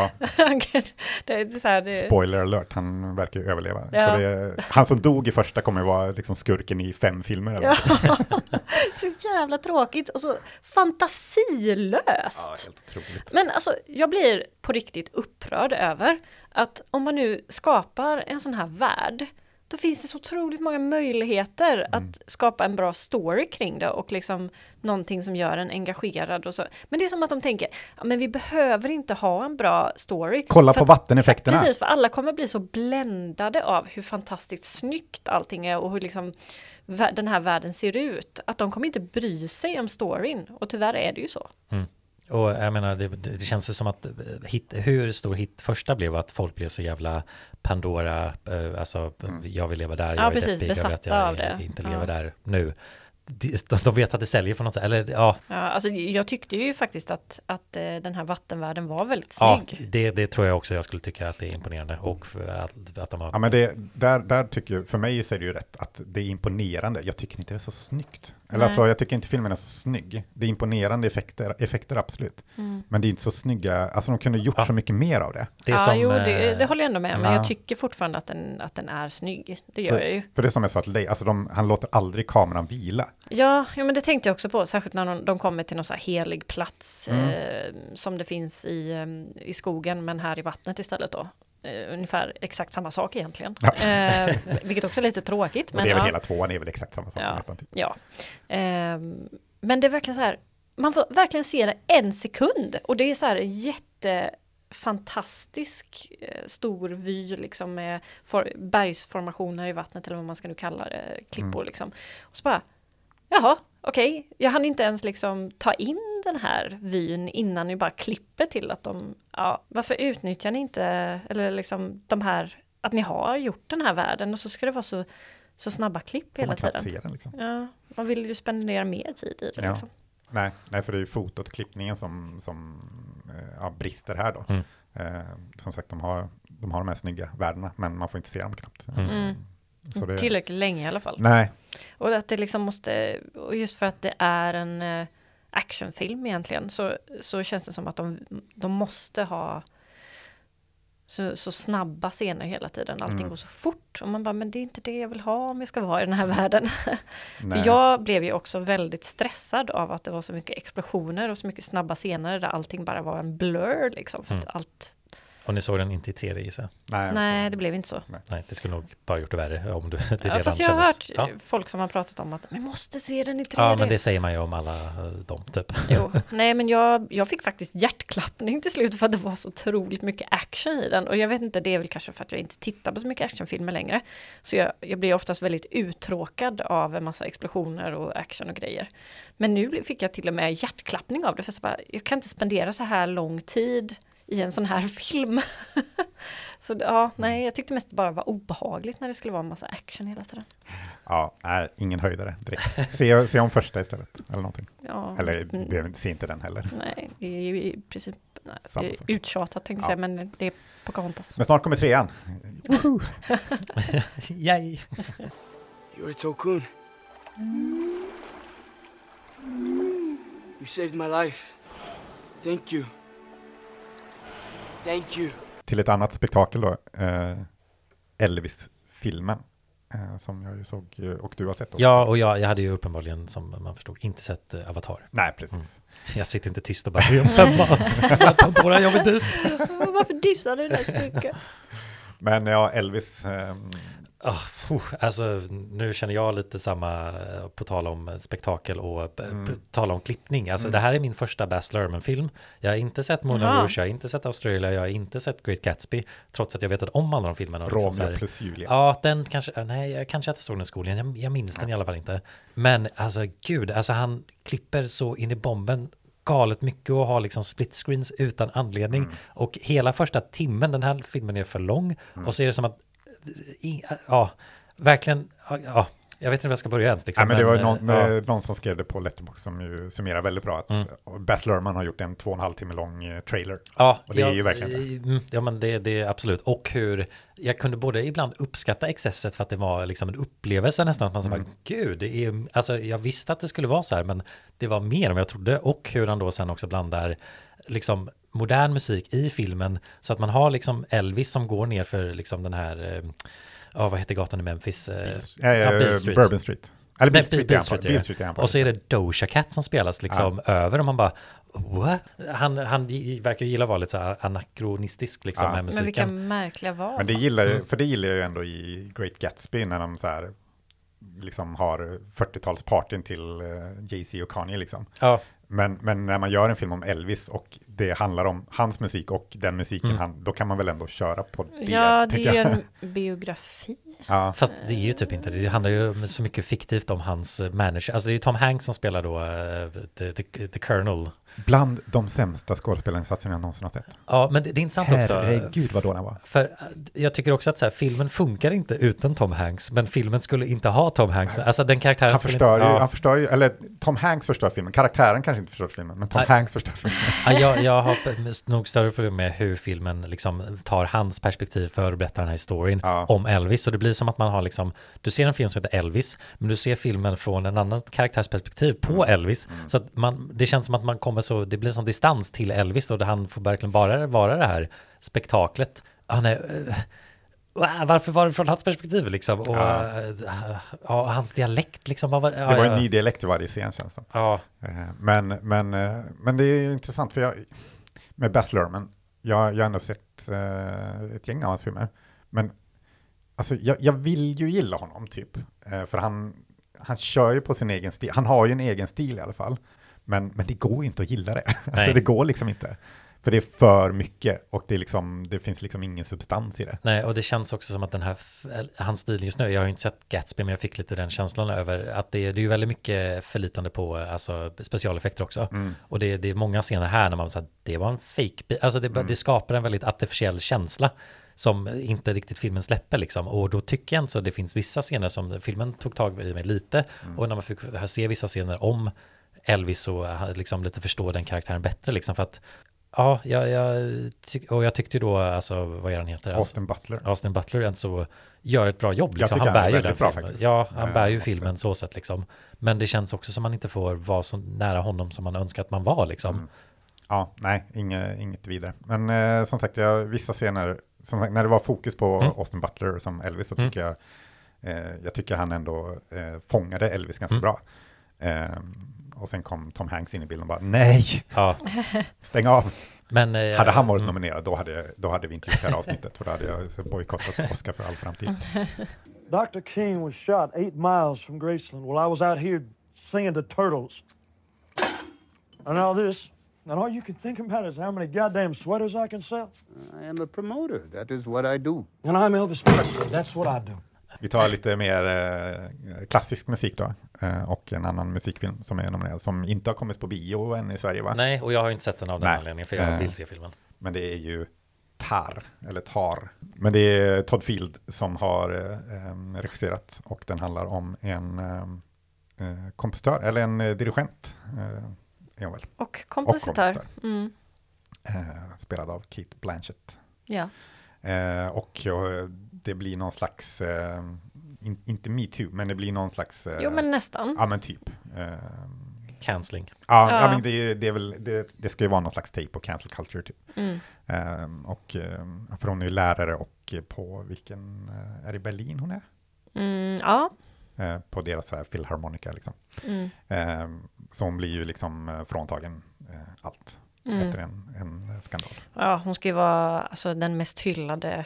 det är så här, spoiler alert, han verkar ju överleva. Ja. Så han som dog i första kommer ju vara liksom skurken i 5 filmer. Eller så jävla tråkigt och så fantasilöst. Ja, helt otroligt. Men alltså, jag blir på riktigt upprörd över att om man nu skapar en sån här värld, då finns det så otroligt många möjligheter att skapa en bra story kring det och liksom någonting som gör en engagerad och så. Men det är som att de tänker, men vi behöver inte ha en bra story. Kolla på vatteneffekterna. Precis, för alla kommer bli så bländade av hur fantastiskt snyggt allting är och hur liksom den här världen ser ut. Att de kommer inte bry sig om storyn. Och tyvärr är det ju så. Mm. Och jag menar, det känns ju som att hur stor hit första blev att folk blev så jävla Pandora, alltså jag vill leva där, jag är deppig över att jag inte lever där nu. De vet att det säljer på något sätt, eller ja. Ja, alltså jag tyckte ju faktiskt att den här vattenvärlden var väldigt snygg. Ja, det tror jag också jag skulle tycka att det är imponerande och att de har... Ja, men där tycker jag, för mig så är det ju rätt att det är imponerande. Jag tycker inte det är så snyggt. Eller alltså, jag tycker inte filmen är så snygg. Det är imponerande effekter absolut. Men det är inte så snygga, alltså de kunde gjort så mycket mer av det. Det är som, det håller jag ändå med. Men jag tycker fortfarande att den är snygg. Det gör jag ju. För det som jag sa till dig, alltså han låter aldrig kameran vila. Ja, men det tänkte jag också på. Särskilt när de kommer till någon så här helig plats som det finns i skogen, men här i vattnet istället då. Ungefär exakt samma sak egentligen. Ja. Vilket också är lite tråkigt. Men det är väl hela tvåan är väl exakt samma sak som ettan. Typ. Ja. Men det är verkligen så här, man får verkligen se det en sekund. Och det är så här jättefantastisk stor vy liksom med bergsformationer i vattnet eller vad man ska nu kalla det, klippor liksom. Och så bara, jaha, okej. Jag hann inte ens liksom ta in den här vyn innan ni bara klipper till att varför utnyttjar ni inte, eller liksom de här, att ni har gjort den här världen och så ska det vara så snabba klipp hela tiden. Den, liksom. Ja, man vill ju spendera mer tid i det liksom. Nej, för det är ju fotot och klippningen som brister här då. Som sagt, de har de här snygga värdena, men man får inte se dem knappt. Så det... Tillräckligt länge i alla fall. Nej. Och att det liksom måste, och just för att det är en actionfilm egentligen, så känns det som att de måste ha så snabba scener hela tiden. Allting går så fort. Och man bara, men det är inte det jag vill ha om jag ska vara i den här världen. För jag blev ju också väldigt stressad av att det var så mycket explosioner och så mycket snabba scener där allting bara var en blur liksom. För att allt... Och ni såg den inte i 3D i sig? Nej, det blev inte så. Nej, det skulle nog bara gjort det värre om det redan fast jag har hört folk som har pratat om att vi måste se den i 3D. Ja, men det säger man ju om alla dem typ. Jo, nej men jag fick faktiskt hjärtklappning till slut för att det var så otroligt mycket action i den. Och jag vet inte, det är väl kanske för att jag inte tittar på så mycket actionfilmer längre. Så jag blir oftast väldigt uttråkad av en massa explosioner och action och grejer. Men nu fick jag till och med hjärtklappning av det. För jag kan inte spendera så här lång tid i en sån här film. Så jag tyckte mest bara var obehagligt när det skulle vara en massa action hela tiden. Ja, ingen höjdare direkt. Se om första istället, eller någonting. Ja, eller se inte den heller. Nej, i princip uttjatat tänkte jag säga, men det är Pocahontas. Men snart kommer 3:an. Yay! You're Tokun. You saved my life. Thank you. Thank you. Till ett annat spektakel då. Elvis-filmen. Som jag ju såg och du har sett också. Ja, och jag hade ju uppenbarligen, som man förstod, inte sett Avatar. Nej, precis. Jag sitter inte tyst och bara om 5 år. Jag vill dit. Varför dissar du det där så mycket? Men ja, Elvis Alltså nu känner jag lite samma på tal om spektakel och tala om klippning. Alltså det här är min första Baz Luhrmann-film. Jag har inte sett Moulin Rouge, jag har inte sett Australia, jag har inte sett Great Gatsby, trots att jag vet om alla de filmerna. Romeo plus Julia. Ja, den kanske, nej, jag kanske inte såg den i skolan. Jag minns den i alla fall inte. Men alltså gud, alltså han klipper så in i bomben galet mycket och har liksom split screens utan anledning. Och hela första timmen, den här filmen är för lång. Och så är det som att verkligen, jag vet inte hur jag ska börja ens. Liksom, men det var någon som skrev det på Letterboxd som ju summerar väldigt bra att Baz Luhrmann har gjort en 2,5 timme lång trailer. Ja, och det är ju verkligen det. Ja, men det är absolut. Och hur jag kunde både ibland uppskatta excesset för att det var liksom en upplevelse nästan. Att man sa bara, gud, det är, alltså, jag visste att det skulle vara så här, men det var mer än vad jag trodde. Och hur han då sen också blandar liksom modern musik i filmen så att man har liksom Elvis som går ner för liksom den här vad heter gatan i Memphis? Beale Street. Bourbon Street. Eller Beale Street. Och så är det Doja Cat som spelas liksom över och man bara what? Han verkar gilla att vara lite så här anakronistisk liksom med musiken. Men vilka märkliga val. Men det gillar jag ju ändå i Great Gatsby när de så här liksom har 40-talspartyn till Jay-Z och Kanye liksom. Ja. Men när man gör en film om Elvis och det handlar om hans musik och den musiken då kan man väl ändå köra på det. Ja, det är ju en biografi. Ja. Fast det är ju typ inte, det handlar ju så mycket fiktivt om hans manager. Alltså det är ju Tom Hanks som spelar då the Colonel. Bland de sämsta skådespelarinsatserna jag någonsin har sett. Ja, men det är intressant också. Herregud vad dålig han var. För jag tycker också att så här, filmen funkar inte utan Tom Hanks, men filmen skulle inte ha Tom Hanks. Alltså den karaktären han förstör ju, eller Tom Hanks förstör filmen. Karaktären kanske inte förstör filmen, men Tom Hanks förstör filmen. Jag har nog större problem med hur filmen liksom tar hans perspektiv för att berätta den här historien om Elvis. Och det blir som att man har liksom, du ser en film som heter Elvis, men du ser filmen från en annan karaktärsperspektiv på Elvis. Så att det känns som att man kommer så, det blir en sån distans till Elvis och där han får verkligen bara vara det här spektaklet. Varför var det från hans perspektiv liksom? Och hans dialekt liksom. Det var en ny dialekt i varje scen känns det. Ja. Men det är intressant för med Baz Luhrmann, jag har ändå sett ett gäng av hans filmer. Men alltså, jag vill ju gilla honom typ. För han kör ju på sin egen stil. Han har ju en egen stil i alla fall. Men det går inte att gilla det. Alltså det går liksom inte. För det är för mycket och det finns liksom ingen substans i det. Nej, och det känns också som att den här, hans stil just nu, jag har ju inte sett Gatsby, men jag fick lite den känslan över att det är ju väldigt mycket förlitande på alltså, specialeffekter också. Och det är många scener här när man säger att det var en fake, alltså det skapar en väldigt artificiell känsla som inte riktigt filmen släpper liksom. Och då tycker jag så det finns vissa scener som filmen tog tag i mig lite. Och när man fick se vissa scener om Elvis och liksom lite förstå den karaktären bättre liksom, för att jag tyckte ju då, alltså vad är han heter? Austin Butler så gör ett bra jobb liksom. Han bär ju den filmen. Faktiskt. Ja, han bär ju filmen så sätt liksom. Men det känns också som man inte får vara så nära honom som man önskar att man var liksom. Ja, nej, inget vidare. Men som sagt, vissa scener som sagt, när det var fokus på Austin Butler som Elvis så tycker jag tycker han ändå fångade Elvis ganska bra. Och sen kom Tom Hanks in i bilden och bara, nej, stäng av. Men, hade han varit nominerad, då hade vi inte gjort det här avsnittet, för då hade jag bojkottat Oscar för all framtid. Dr. King was shot 8 miles from Graceland while I was out here singing to turtles. And all you can think about is how many goddamn sweaters I can sell. I am a promoter. That is what I do. And I'm Elvis Presley. That's what I do. Vi tar lite mer klassisk musik då. Och en annan musikfilm som är nominerad, som inte har kommit på bio än i Sverige, va? Nej, och jag har inte sett den av den anledningen, för jag vill se filmen. Men det är ju Tar. Men det är Todd Field som har regisserat, och den handlar om en kompositör, eller en dirigent. Och kompositör. Spelad av Cate Blanchett. Ja. Och det blir någon slags inte Me Too, men det blir någon slags jo, men nästan. Ja, men typ canceling. Ja, men det är väl det ska ju vara någon slags take på cancel culture typ. Och för hon är ju lärare, och på vilken är det Berlin hon är? Ja. På deras här Philharmonica liksom. Så hon blir ju liksom fråntagen allt efter en skandal. Ja, hon ska ju vara alltså den mest hyllade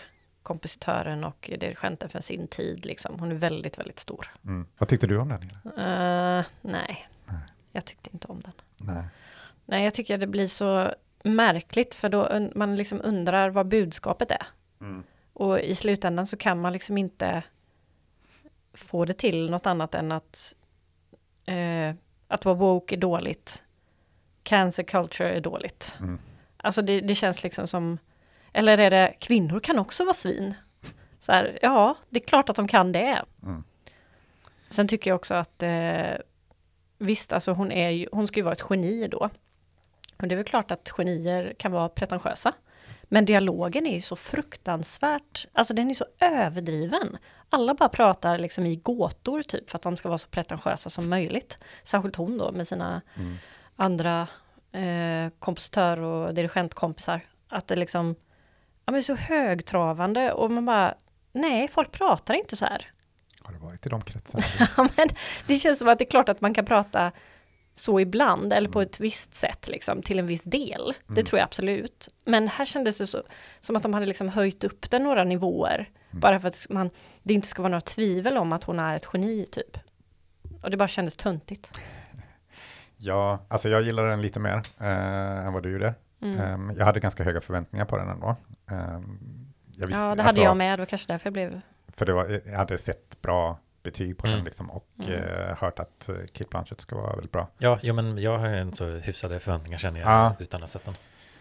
kompositören och dirigenten för sin tid. Liksom. Hon är väldigt, väldigt stor. Vad tyckte du om den? Nej, jag tyckte inte om den. Nej, jag tycker det blir så märkligt för då man liksom undrar vad budskapet är. Och i slutändan så kan man liksom inte få det till något annat än att vara woke är dåligt. Cancer culture är dåligt. Alltså det känns liksom som, eller är det kvinnor kan också vara svin? Så här, ja, det är klart att de kan det. Sen tycker jag också att visst, alltså hon ska ju vara ett geni då. Och det är väl klart att genier kan vara pretentiösa. Men dialogen är ju så fruktansvärt, alltså den är så överdriven. Alla bara pratar liksom i gåtor typ för att de ska vara så pretentiösa som möjligt. Särskilt hon då med sina andra kompositör- och dirigentkompisar. Att det liksom, ja men så högtravande och man bara, nej, folk pratar inte så här. Har det varit i de kretsarna? Ja, men det känns som att det är klart att man kan prata så ibland eller på ett visst sätt liksom, till en viss del. Det tror jag absolut. Men här kändes det så, som att de hade liksom höjt upp den några nivåer. Bara för att det inte ska vara några tvivel om att hon är ett geni typ. Och det bara kändes töntigt. Ja, alltså jag gillar den lite mer än vad du gjorde. Jag hade ganska höga förväntningar på den ändå. Jag visste, ja, det hade jag med. Det var kanske därför jag blev... För jag hade sett bra betyg på den liksom, och hört att Cate Blanchett ska vara väldigt bra. Ja, men jag har en så hyfsade förväntningar känner jag utan att ha sett den.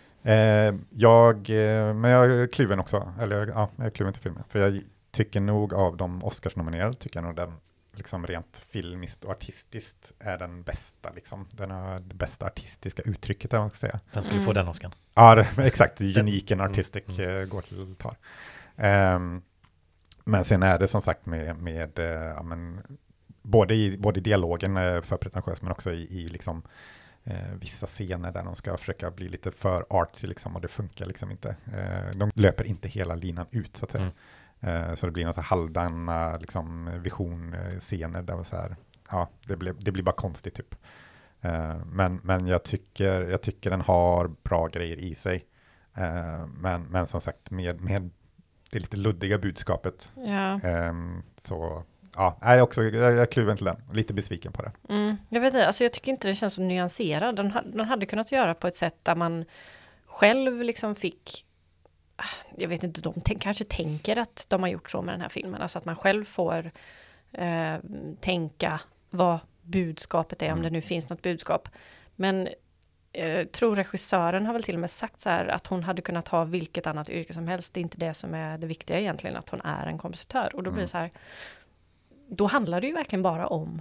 Men jag är kluven också. Eller jag är kluven till filmen. För jag tycker nog av de Oscars-nominerade tycker jag nog den liksom rent filmiskt och artistiskt är den bästa. Liksom. Den har det bästa artistiska uttrycket där man ska säga. Den skulle få den Oscar. Ja, exakt. Unique and artistic går till tar. Men sen är det som sagt med både i dialogen för pretentiös men också i liksom vissa scener där de ska försöka bli lite för artsy liksom, och det funkar liksom inte. De löper inte hela linan ut så att säga. Så det blir några halvdana liksom, vision-scener där så här, ja, det blir bara konstigt typ. Men jag tycker den har bra grejer i sig. Men som sagt med det lite luddiga budskapet. Ja. Så ja, jag är kluven till den. Lite besviken på det. Jag vet inte, alltså jag tycker inte det känns så nyanserad. Den hade kunnat göra på ett sätt där man själv liksom fick, jag vet inte, de kanske tänker att de har gjort så med den här filmen. Alltså att man själv får tänka vad budskapet är, om det nu finns något budskap. Men jag tror regissören har väl till och med sagt så här att hon hade kunnat ha vilket annat yrke som helst. Det är inte det som är det viktiga egentligen, att hon är en kompositör. Och då blir det så här, då handlar det ju verkligen bara om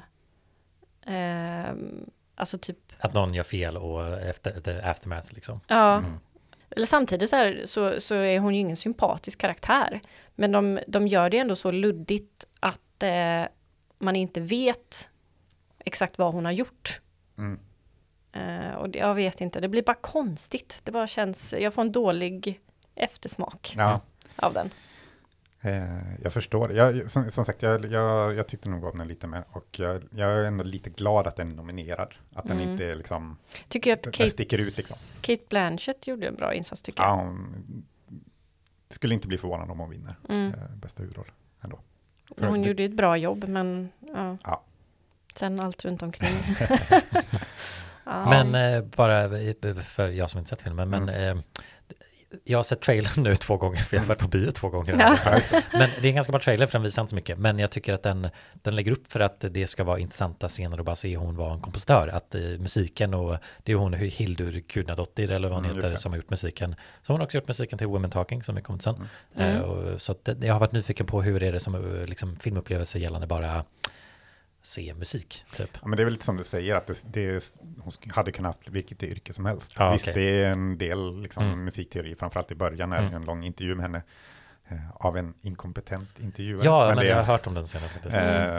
alltså typ att någon gör fel och efter the aftermath liksom. Ja. Eller samtidigt så här, så är hon ju ingen sympatisk karaktär. Men de gör det ändå så luddigt att man inte vet exakt vad hon har gjort. Och jag vet inte, det blir bara konstigt. Det bara känns, jag får en dålig eftersmak av den. Jag förstår. Som sagt, jag tyckte nog om den lite mer. Och jag är ändå lite glad att den är nominerad. Att den inte är liksom... Tycker jag att den sticker ut liksom. Cate Blanchett gjorde en bra insats tycker jag. Ja, det skulle inte bli förvånad om hon vinner bästa huvudroll ändå. Hon gjorde ett bra jobb, men ja. Sen allt runt omkring. Men bara för jag som inte sett filmen, men jag har sett trailern nu 2 gånger, för jag har varit på bio 2 gånger. Men det är en ganska bra trailer, för den visar inte så mycket. Men jag tycker att den lägger upp för att det ska vara intressanta scener och bara se hon var en kompositör. Att musiken, och det är hon Hildur Kudnadottir eller vad hon heter som har gjort musiken. Så hon har också gjort musiken till Women Talking som är kommit sen. Så att jag har varit nyfiken på hur är det som liksom, filmupplevelse gällande bara se musik typ. Ja, men det är väl lite som du säger att hon hade kunnat haft vilket yrke som helst. Ja, visst, det är en del liksom, musikteori, framförallt i början när det är en lång intervju med henne av en inkompetent intervjuare. Ja, men jag har hört om den scenen faktiskt.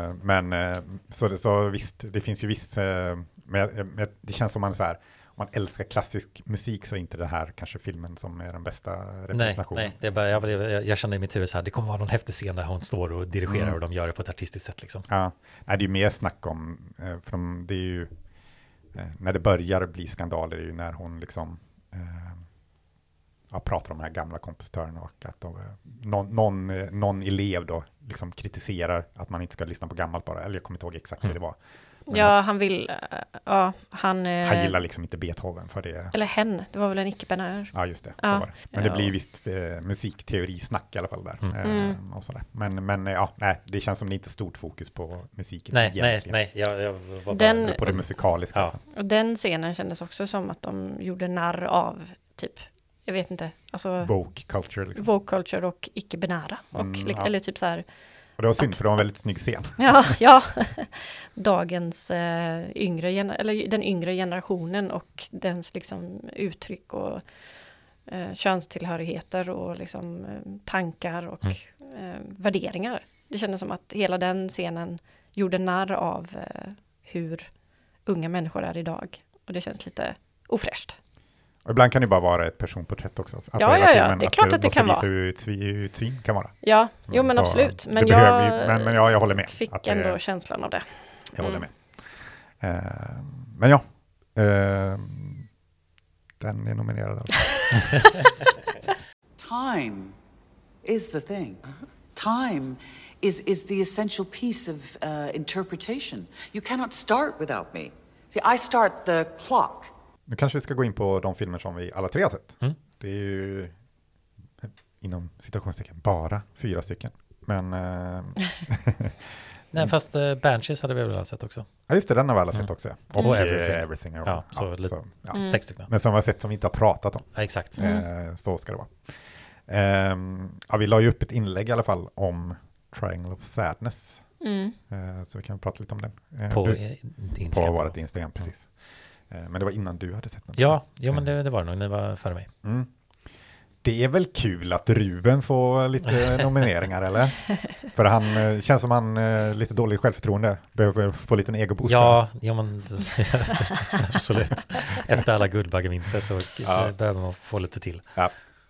Så visst, det finns ju visst, men det känns som man så här, om man älskar klassisk musik så är inte det här kanske filmen som är den bästa representationen. Nej, det är bara, jag kände i mitt huvud så här, det kommer vara någon häftig scen där hon står och dirigerar och de gör det på ett artistiskt sätt liksom. Ja, nej, det är ju mer snack om, för det är ju, när det börjar bli skandaler är ju när hon liksom, pratar om de här gamla kompositörerna och att någon elev då liksom kritiserar att man inte ska lyssna på gammalt bara, eller jag kommer inte ihåg exakt hur det var. Men han vill, han gillar liksom inte Beethoven för det. Eller hen, det var väl en icke-binär. Ja, just det. Så var det. Men det blir visst musikteorisnack i alla fall där. Och sådär. Men nej, det känns som det inte är stort fokus på musiken. Nej, jag var bara på det musikaliska. Ja. Och den scenen kändes också som att de gjorde narr av typ, jag vet inte, alltså Vogue culture liksom. Vogue culture och icke-binära. Eller typ så här. Och det var synd för det var en väldigt snygg scen. Ja. Dagens den yngre generationen och dens liksom uttryck och könstillhörigheter och liksom tankar och värderingar. Det kändes som att hela den scenen gjorde narr av hur unga människor är idag. Och det känns lite ofräscht. Och ibland kan det bara vara ett personporträtt också. Alltså ja, det är klart att det kan vara. Hur ett svin kan vara. Ja, men absolut. Men jag håller med. Fick att ändå känslan av det. Jag håller med. Men ja, den är nominerad. Time is the thing. Time is the essential piece of interpretation. You cannot start without me. See, I start the clock. Nu kanske vi ska gå in på de filmer som vi alla tre har sett. Det är ju inom citationstecken bara 4 stycken. Men nej, fast Banshees hade vi väl alla sett också. Ja, just det, den har vi alla sett också. Och Everything. Ja, så 6 stycken. Men som vi har sett som vi inte har pratat om. Ja, exakt. Så ska det vara. Vi la ju upp ett inlägg i alla fall om Triangle of Sadness. Så vi kan prata lite om den. På vårt Instagram, precis. Men det var innan du hade sett den. Ja, men det var det nog. Ni var före mig. Det är väl kul att Ruben får lite nomineringar, eller? För han känns som han lite dålig självförtroende. Behöver få lite egoboost. Ja, men absolut. Efter alla Guldbaggevinster så behöver man få lite till. Ja.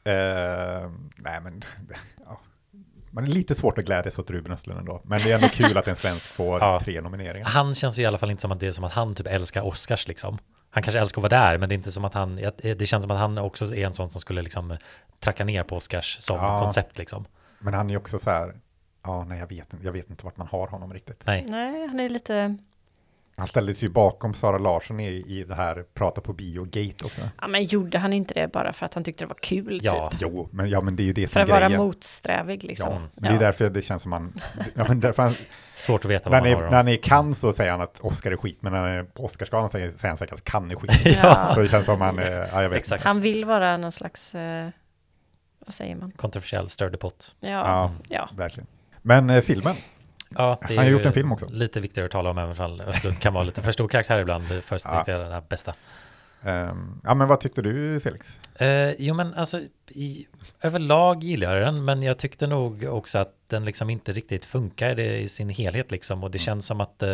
Nej, men man är lite svårt att glädjas åt Ruben Östlund ändå. Men det är ändå kul att en svensk får 3 nomineringar. Han känns ju i alla fall inte som att det är som att han typ älskar Oscars liksom. Han kanske älskar att vara där, men det är inte som att det känns som att han också är en sån som skulle liksom tracka ner på Oscars som koncept liksom. Men han är också så här, jag vet inte vart man har honom riktigt. Nej, han är lite... Han ställdes ju bakom Sara Larsson i det här prata på bio-gate också. Ja, men gjorde han inte det bara för att han tyckte det var kul? Ja, typ? Jo, men det är ju det som är grejen. För att vara motsträvig liksom. Ja, men det är därför det känns som han... Svårt att veta vad när han är kan så säger han att Oscar är skit, men när han är på Oscarsgalan säger han säkert att kan är skit. Så det känns som han... jag vet exakt. Han vill vara någon slags... vad säger man? Kontroversiell stördepott. Ja, verkligen. Men filmen... Ja, han har gjort en film också. Lite viktigare att tala om, även om Östlund kan vara lite för stor karaktär ibland. Först tänkte jag den här bästa. Men vad tyckte du, Felix? Jo, men alltså överlag gillar jag den, men jag tyckte nog också att den liksom inte riktigt funkar i sin helhet liksom. Och det känns som att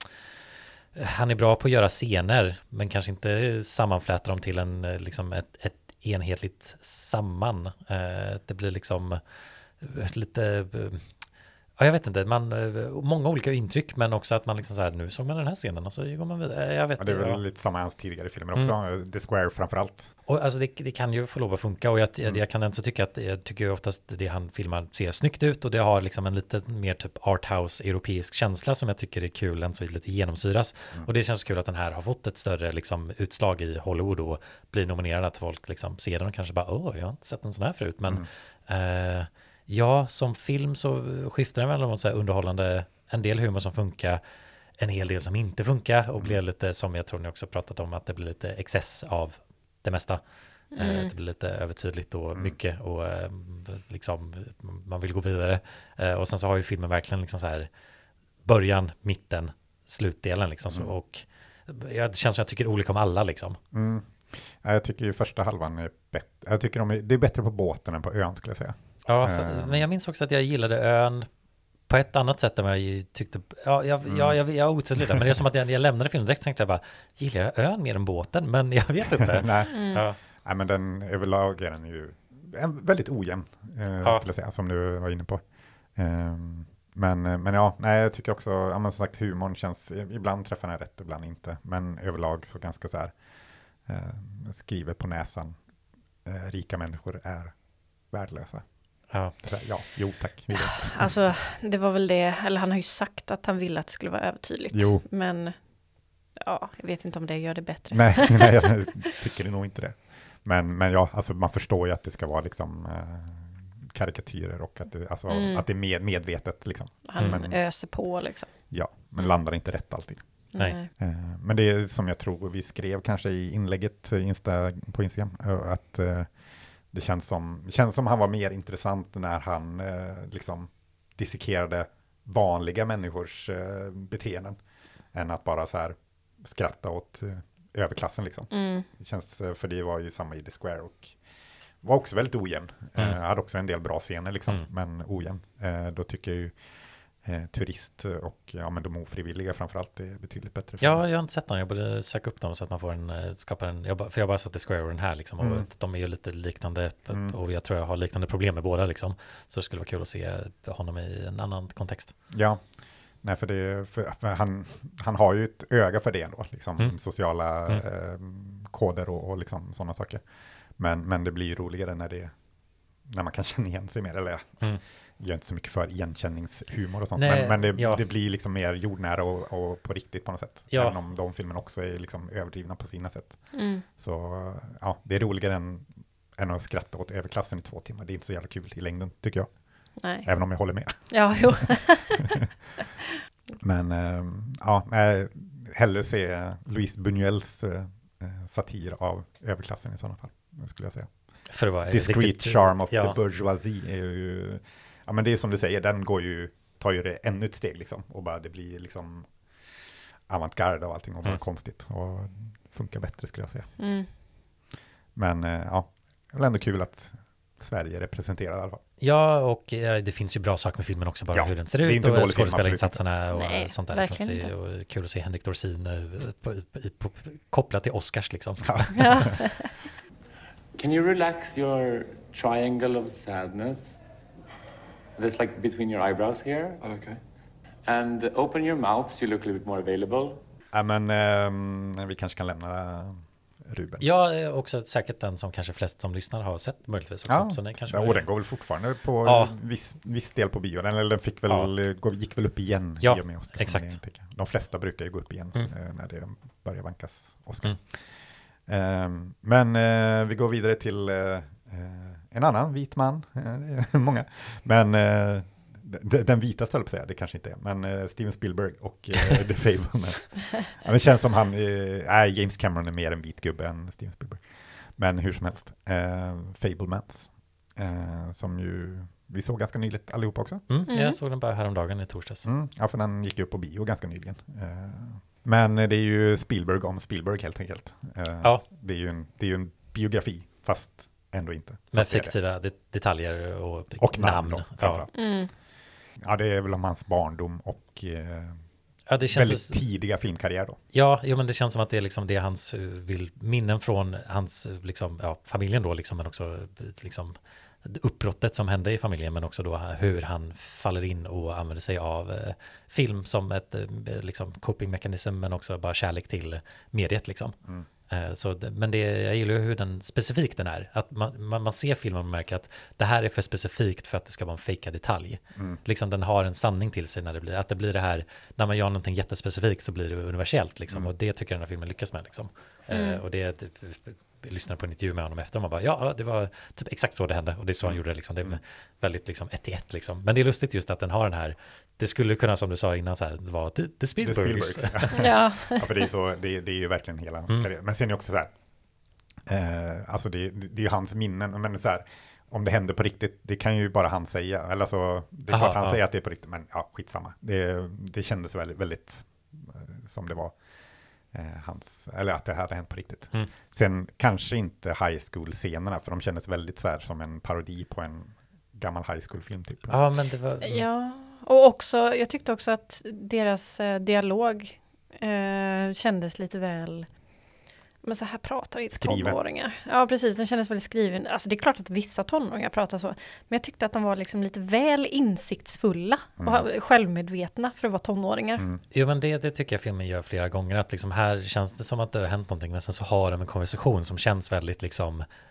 han är bra på att göra scener, men kanske inte sammanflätar dem till liksom ett enhetligt samman. Det blir liksom lite... Ja, jag vet inte, många olika intryck, men också att man liksom så här, nu såg man den här scenen och så går man vidare. Jag vet det är väl lite samma i hans tidigare filmer också, The Square framförallt. Och alltså det kan ju få lov att funka, och jag kan ändå tycka att jag tycker oftast det han filmar ser snyggt ut, och det har liksom en lite mer typ arthouse europeisk känsla som jag tycker är kul, än så lite genomsyras. Och det känns kul att den här har fått ett större liksom utslag i Hollywood och blir nominerad, att folk liksom ser den och kanske bara, jag har inte sett en sån här förut, men ja, som film så skiftar den mellan så här underhållande, en del humor som funkar, en hel del som inte funkar, och blir lite, som jag tror ni också pratat om, att det blir lite excess av det mesta. Det blir lite övertydligt och mycket, och liksom man vill gå vidare. Och sen så har ju filmen verkligen liksom så här början, mitten, slutdelen liksom. Så, och det känns som jag tycker olika om alla liksom. Jag tycker ju första halvan är bättre. Jag tycker det är bättre på båten än på ön, skulle jag säga. Ja, men jag minns också att jag gillade ön på ett annat sätt än vad jag tyckte. Jag är otydlig där, men det är som att jag lämnade filmen direkt, tänkte jag bara, gillar jag ön mer än båten? Men jag vet inte. Nej, men den överlag är den ju väldigt ojämn, skulle jag säga, som du var inne på. Men jag tycker också, som sagt, humorn känns, ibland träffar den rätt, ibland inte. Men överlag så ganska så här, skriver på näsan rika människor är värdelösa. Ja. Jo tack. Alltså det var väl det, eller han har ju sagt att han ville att det skulle vara övertydligt. Jo. Men ja, jag vet inte om det gör det bättre. Nej, jag tycker nog inte det. Men ja, alltså man förstår ju att det ska vara liksom karikatyrer och att det, alltså, att det är medvetet liksom. Han öser på liksom. Ja, men landar inte rätt alltid. Nej. Men det är som jag tror vi skrev kanske i inlägget på Instagram, att det känns som han var mer intressant när han liksom dissekerade vanliga människors beteenden än att bara så här skratta åt överklassen liksom. Det känns, för det var ju samma i The Square och var också väldigt ojämn. Hade också en del bra scener liksom, men ojämn. Då tycker jag ju Turist och men de ofrivilliga framförallt är betydligt bättre. Ja, jag har inte sett dem. Jag borde söka upp dem så att man får skapar en, för jag bara satt i Square och den här liksom, och de är ju lite liknande och jag tror jag har liknande problem med båda liksom. Så det skulle vara kul att se honom i en annan kontext. Ja, nej för han har ju ett öga för det ändå, liksom sociala koder och liksom sådana saker. Men det blir ju roligare när man kan känna igen sig mer, eller jag är inte så mycket för igenkänningshumor och sånt. Nej, men det blir liksom mer jordnära och på riktigt på något sätt. Ja. Även om de filmerna också är liksom överdrivna på sina sätt. Så ja, det är roligare än att skratta åt överklassen i 2 timmar. Det är inte så jävla kul i längden, tycker jag. Nej. Även om jag håller med. Ja, jo. Men hellre se Louis Buñuels satir av överklassen i sådana fall, skulle jag säga. För det var Discreet charm of the bourgeoisie är ju, ja men det är som du säger, den tar ju det ännu ett steg liksom, och bara det blir liksom avantgarde och allting och bara konstigt och funkar bättre, skulle jag säga. Men ja, det är väl ändå kul att Sverige representerar i alla fall. Ja, och det finns ju bra saker med filmen också, bara hur den ser ut och skådespelarinsatserna och sånt där. Så det är kul att se Henrik Dorsin kopplat till Oscars liksom. Ja. Can you relax your triangle of sadness? That's like between your eyebrows here. Okay. And open your mouth so you look a little bit more available. Ja, men vi kanske kan lämna Ruben. Ja, också säkert den som kanske flest som lyssnar har sett möjligtvis också. Ja, så den kanske och den går väl fortfarande på viss del på bio. Den fick väl, gick väl upp igen i och med Oscar. Exakt. De flesta brukar ju gå upp igen när det börjar vankas Oscar. Men vi går vidare till en annan vit man. Det är många. Men den vita, skulle jag säga, det kanske inte är. Men Steven Spielberg och The Fablemans. Ja, det känns som James Cameron är mer en vit gubbe än Steven Spielberg. Men hur som helst. Fablemans. Som ju vi såg ganska nyligt allihopa också. Jag såg den bara häromdagen i torsdags. Ja, för den gick upp på bio ganska nyligen. Men det är ju Spielberg om Spielberg helt enkelt. Det är ju en biografi, fast ändå inte. Med fiktiva detaljer och namn. Ja, det är väl om hans barndom och det känns väldigt tidiga filmkarriär då. Ja, men det känns som att det är liksom det hans minnen från hans liksom, familjen då liksom, men också liksom uppbrottet som hände i familjen, men också då hur han faller in och använder sig av film som ett liksom coping mechanism, men också bara kärlek till mediet liksom. Men jag gillar hur den specifikt den är, att man ser filmen och märker att det här är för specifikt för att det ska vara en fejkad detalj. Liksom den har en sanning till sig när det blir det här, när man gör någonting jättespecifikt så blir det universellt liksom, och det tycker jag den här filmen lyckas med liksom. Och det jag lyssnade på en intervju med honom efter och man bara, det var typ exakt så det hände och det är så han gjorde det liksom. Det är väldigt liksom 1-1 liksom. Men det är lustigt just att den har den här, det skulle kunna, som du sa innan så här, det var The Spielbergs. Ja, för det är så, det är ju verkligen hela hans karriär. Men sen är det också så här, alltså det är ju hans minnen, men så här, om det händer på riktigt, det kan ju bara han säga, eller så, det är klart han säger att det är på riktigt, men skitsamma. Det kändes väldigt, väldigt som det var eller att det hade hänt på riktigt. Sen kanske inte high school-scenerna, för de kändes väldigt så här som en parodi på en gammal high school-film typ. Ja, men det var... Ja, och också, jag tyckte också att deras dialog kändes lite väl, men så här pratar inte tonåringar. Ja, precis, den kändes väldigt skriven. Alltså det är klart att vissa tonåringar pratar så, men jag tyckte att de var liksom lite väl insiktsfulla och självmedvetna för att vara tonåringar. Jo, men det tycker jag filmen gör flera gånger, att liksom här känns det som att det har hänt någonting, men sen så har de en konversation som känns väldigt liksom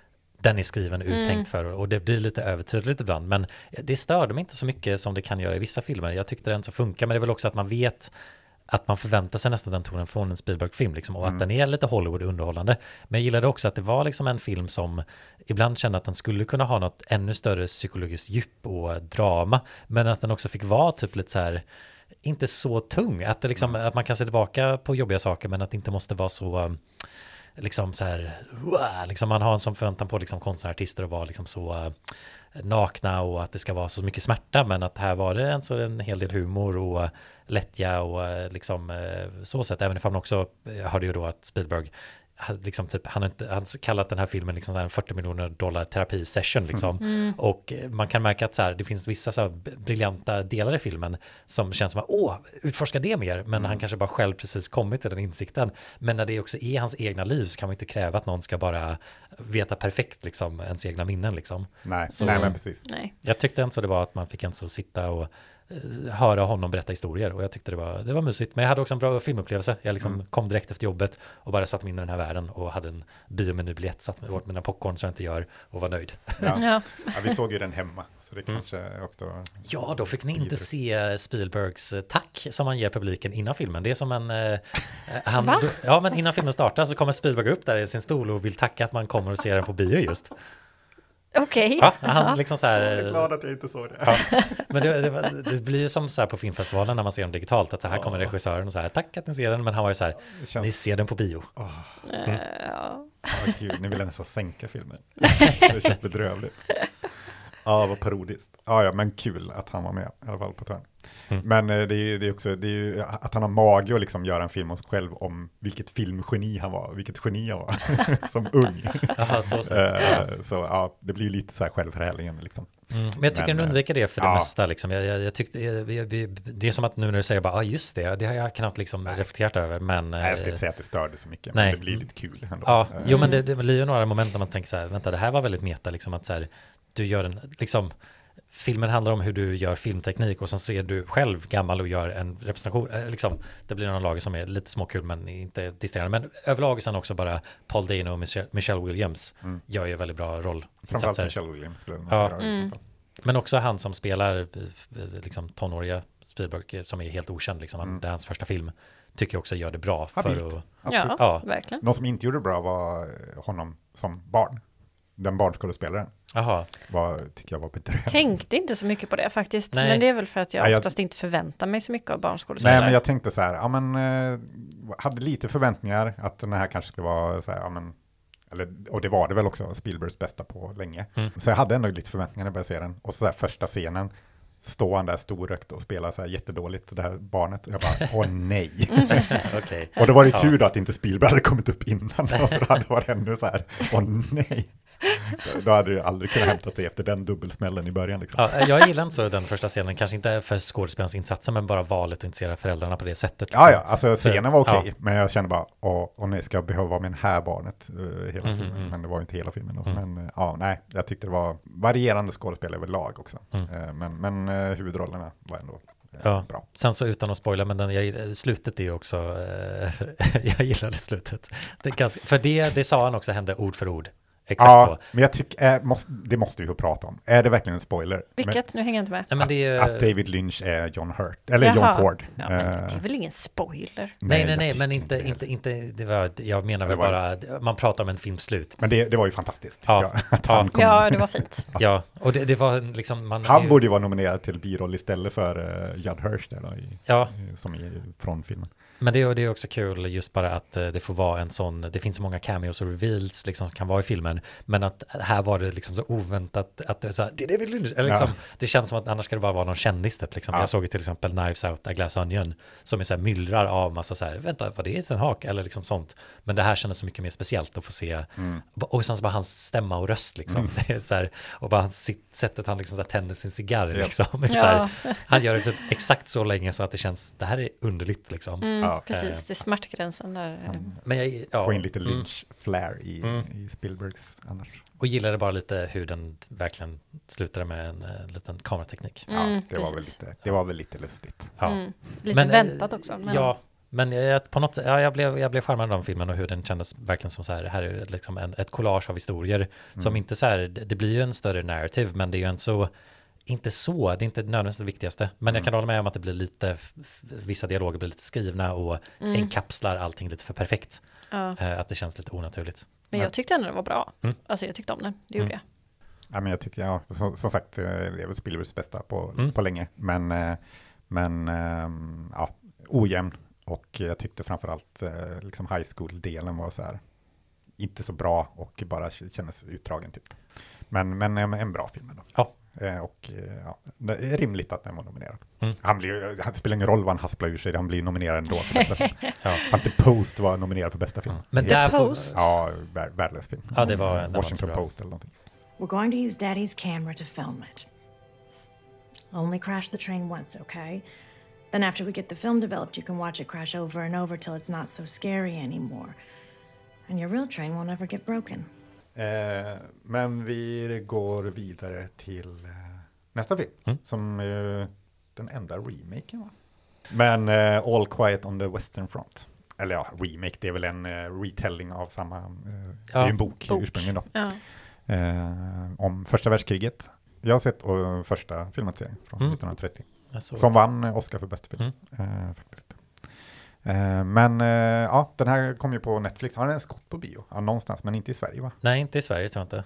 den är skriven uttänkt för, och det blir lite övertydligt ibland, men det störde mig inte så mycket som det kan göra i vissa filmer. Jag tyckte den så funkar, men det är väl också att man vet att man förväntar sig nästan den tonen från en Spielberg-film liksom, och att den är lite Hollywood-underhållande. Men jag gillade också att det var liksom en film som ibland kände att den skulle kunna ha något ännu större psykologiskt djup och drama, men att den också fick vara typ lite så här, inte så tung, att det liksom, att man kan se tillbaka på jobbiga saker, men att det inte måste vara så liksom så här, liksom man har en sån förväntan på liksom konstnärartister och vara liksom så nakna och att det ska vara så mycket smärta, men att här var det alltså en hel del humor och lättja och liksom så sätt, även ifall man också hörde ju då att Spielberg liksom typ, han kallat den här filmen liksom en $40 miljoner terapisession liksom. Och man kan märka att så här, det finns vissa så här briljanta delar i filmen som känns som att utforska det mer, men han kanske bara själv precis kommit till den insikten. Men när det också är hans egna liv så kan man inte kräva att någon ska bara veta perfekt liksom ens egna minnen liksom. Nej, så, nej men precis. Nej. Jag tyckte inte så det var att man fick så sitta och höra honom berätta historier, och jag tyckte det var mysigt, men jag hade också en bra filmupplevelse. Jag liksom kom direkt efter jobbet och bara satte mig in i den här världen och hade en biomenybiljett, satt mig åt mina popcorn så jag inte gör, och var nöjd. Ja, vi såg ju den hemma, så det kanske också... Ja, då fick ni inte se Spielbergs tack som han ger publiken innan filmen. Det är som en... ja, men innan filmen startar så kommer Spielberg upp där i sin stol och vill tacka att man kommer och ser den på bio just. Okej. Ja, han liksom så här... Jag är glad att jag inte såg det. Ja. Men det blir ju som så här på filmfestivalen när man ser dem digitalt, att så här kommer regissören och så här, tack att ni ser den, men han var ju så här, ni ser den på bio. Gud, ni vill nästan sänka filmen. Det känns bedrövligt. Ja, vad parodiskt. Ja, men kul att han var med i alla fall på törn. Men det är också att han har mage att liksom göra en film om sig själv om vilket filmgeni han var, vilket geni han var som ung. Aha, så så ja, det blir lite så här självförhärligande liksom. Men jag tycker den undviker det för det mesta liksom. Jag tyckte det är som att nu när du säger bara just det har jag knappt liksom reflekterat över, men nej, jag ska inte säga att det störde så mycket, nej. Men det blir lite kul ändå. Ja, jo, men det blir ju några moment där man tänker så här, vänta, det här var väldigt meta liksom, att så här, du gör en liksom, filmen handlar om hur du gör filmteknik och sen ser du själv gammal och gör en representation liksom, det blir någon lager som är lite småkul men inte distraherande, men överlag sen också bara Paul Dano och Michelle Williams gör ju väldigt bra roll. Framförallt Michelle Williams skulle man säga. Men också han som spelar liksom tonåriga Spielberg som är helt okänd liksom, det är hans första film, tycker jag också gör det bra. Ja, verkligen. Någon som inte gjorde det bra var honom som barn. Den barnskådespelaren. Tycker jag var bedrövlig. Tänkte inte så mycket på det faktiskt. Nej. Men det är väl för att jag oftast inte förväntar mig så mycket av barnskådespelare. Nej, men jag tänkte så här, hade lite förväntningar att den här kanske skulle vara så här, och det var det väl också, Spielbergs bästa på länge. Så jag hade ändå lite förväntningar när jag började se den. Och så här första scenen, står han där storrökt och spelar så här jättedåligt, det här barnet. Och jag bara, åh nej. Okay. Och då var det tur då att inte Spielberg hade kommit upp innan. För då hade det varit ännu så här, åh nej. Då hade det aldrig kunnat hämta sig efter den dubbelsmällen i början. Liksom. Ja, jag gillar inte så den första scenen, kanske inte för skådespelarens insatser, men bara valet att inte se föräldrarna på det sättet. Liksom. Ja, alltså scenen var okej, men jag kände bara, åh nej, ska jag behöva vara med den här barnet hela filmen? Men det var ju inte hela filmen då. Men nej, jag tyckte det var varierande skådespel överlag också. Men huvudrollerna var ändå bra. Sen så utan att spoila, men slutet är ju också, jag gillade slutet. För det sa han också hände ord för ord. Exakt så. Men jag tycker, det måste vi ju prata om. Är det verkligen en spoiler? Vilket? Nu hänger jag inte med. Nej, men det är, att David Lynch är John Hurt, eller John Ford. Ja, men det är väl ingen spoiler? Nej, men inte det var, jag menar väl bara, man pratar om en filmslut. Men det var ju fantastiskt. Ja, det var fint. Ja, och det var liksom... Han borde ju vara nominerad till biroll istället för Judd Hirsch där då, som är från filmen. Men det är också kul just bara att det får vara en sån, det finns så många cameos och reveals liksom som kan vara i filmen, men att här var det liksom så oväntat att det är så här, det är David Lynch, eller liksom, det känns som att annars ska det bara vara någon kändis typ, liksom. Jag såg till exempel Knives Out, A Glass Onion, som är så här myllrar av massa så här, vänta, vad det är en hak eller liksom sånt, men det här kändes så mycket mer speciellt att få se, och sen så bara hans stämma och röst liksom, det är så här, och bara hans sättet han liksom så här tänder sin cigarr liksom, så här, han gör det typ exakt så länge så att det känns, det här är underligt liksom. Precis, det är smärtgränsen där. Men få in lite Lynch-flair i Spielbergs annars. Och gillade bara lite hur den verkligen slutade med en liten kamerateknik. Det var väl lite lustigt. Lite väntat också. Men... Ja, Men jag, på något sätt, ja, jag blev charmad av filmen och hur den kändes verkligen som så här är liksom ett collage av historier som inte så här, det blir ju en större narrative, men det är ju en så, inte så, det är inte nödvändigtvis det viktigaste, men jag kan hålla med om att det blir lite, vissa dialoger blir lite skrivna och enkapslar allting lite för perfekt. Att det känns lite onaturligt. Men jag tyckte ändå den var bra. Alltså jag tyckte om den, det gjorde jag. Ja, men jag tycker, som sagt, det är väl Spielbergs bästa på länge. Men ojämn. Och jag tyckte framförallt liksom high school-delen var så här inte så bra och bara kändes utdragen typ. Men en bra film ändå. Ja. Det är rimligt att den var nominerad. Han spelar ingen roll vad han hasplar ur sig, han blir nominerad ändå för bästa film. För att The Post var nominerad för bästa film. Men The Post? Ja, värdelös film. Ja, det var Washington Post eller någonting. We're going to use Daddy's camera to film it. Only crash the train once, okay? Then after we get the film developed, you can watch it crash over and over till it's not so scary anymore. And your real train won't ever get broken. Men vi går vidare till nästa film. Som den enda remaken, va? Men All Quiet on the Western Front. Eller ja, remake, det är väl en retelling av samma... det är en bok. Ursprungligen då. Ja. Om första världskriget. Jag har sett första filmatiseringen från 1930. Som vann Oscar för bästa film. Faktiskt. Men den här kom ju på Netflix. Har den ens gått på bio? Ja, någonstans, men inte i Sverige, va? Nej, inte i Sverige tror jag inte.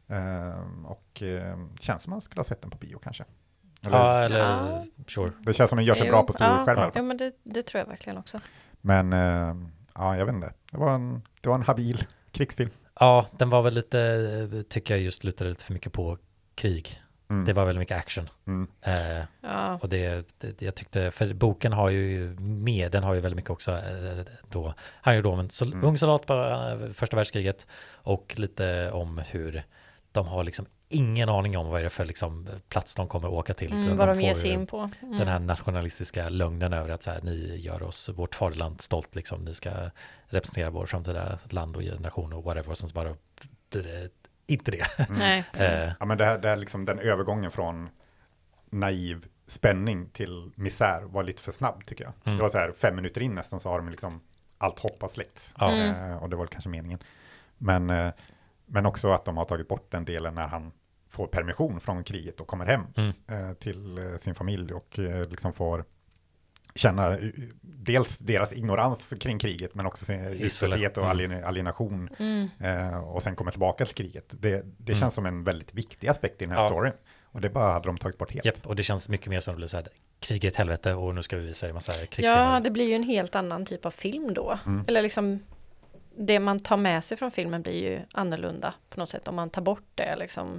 Känns som man skulle ha sett den på bio kanske. Sure. Det känns som den gör sig bra på stor skärm. Ja, men det tror jag verkligen också. Men jag vet inte. Det var en habil krigsfilm. Ja, den var väl lite, tycker jag just lutade lite för mycket på krig. Det var väldigt mycket action. Och det jag tyckte, för boken har ju med, den har ju väldigt mycket också då, han är ju då en ung soldat på första världskriget och lite om hur de har liksom ingen aning om vad är det för liksom plats de kommer att åka till. Vad de ger sig in på. Den här nationalistiska lögnen över att så här, ni gör oss, vårt faderland stolt liksom, ni ska representera vår framtida land och generation och whatever, och sen så bara blir det inte det. Nej. Ja, men det här liksom, den övergången från naiv spänning till misär var lite för snabb, tycker jag. Det var så här 5 minuter in nästan så har de liksom allt hoppas släckt. Och det var kanske meningen. Men också att de har tagit bort den delen när han får permission från kriget och kommer hem till sin familj och liksom får känna dels deras ignorans kring kriget, men också sin utsatthet och alienation och sen kommer tillbaka till kriget. Det känns som en väldigt viktig aspekt i den här storyn. Och det bara hade de tagit bort helt. Japp, och det känns mycket mer som det blir så här, kriget helvete och nu ska vi visa en massa krigsscener. Ja, det blir ju en helt annan typ av film då. Eller liksom det man tar med sig från filmen blir ju annorlunda på något sätt om man tar bort det liksom.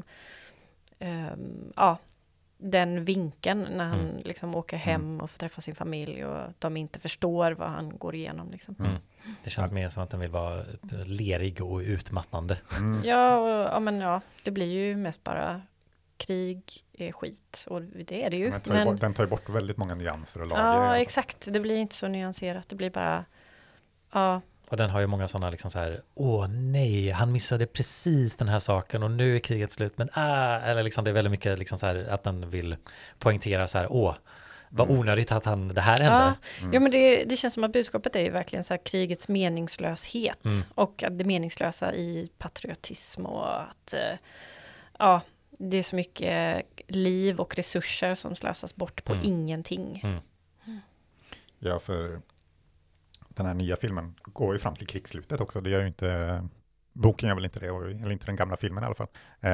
Den vinkeln när han liksom åker hem och får träffa sin familj och de inte förstår vad han går igenom liksom. Det känns mer som att den vill vara lerig och utmattande. Det blir ju mest bara krig är skit och det är det ju. Den tar ju bort väldigt många nyanser och lager. Ja, exakt. Det blir inte så nyanserat. Det blir bara Och den har ju många sådana liksom så här, åh nej, han missade precis den här saken och nu är kriget slut, men eller liksom det är väldigt mycket liksom så här att den vill poängtera så här, vad onödigt att det här hände. Ja, men det känns som att budskapet är ju verkligen så här krigets meningslöshet och att det meningslösa i patriotism och att det är så mycket liv och resurser som slösas bort på ingenting. Ja, för den här nya filmen går ju fram till krigsslutet också. Det gör ju inte, boken gör väl inte det, eller inte den gamla filmen i alla fall.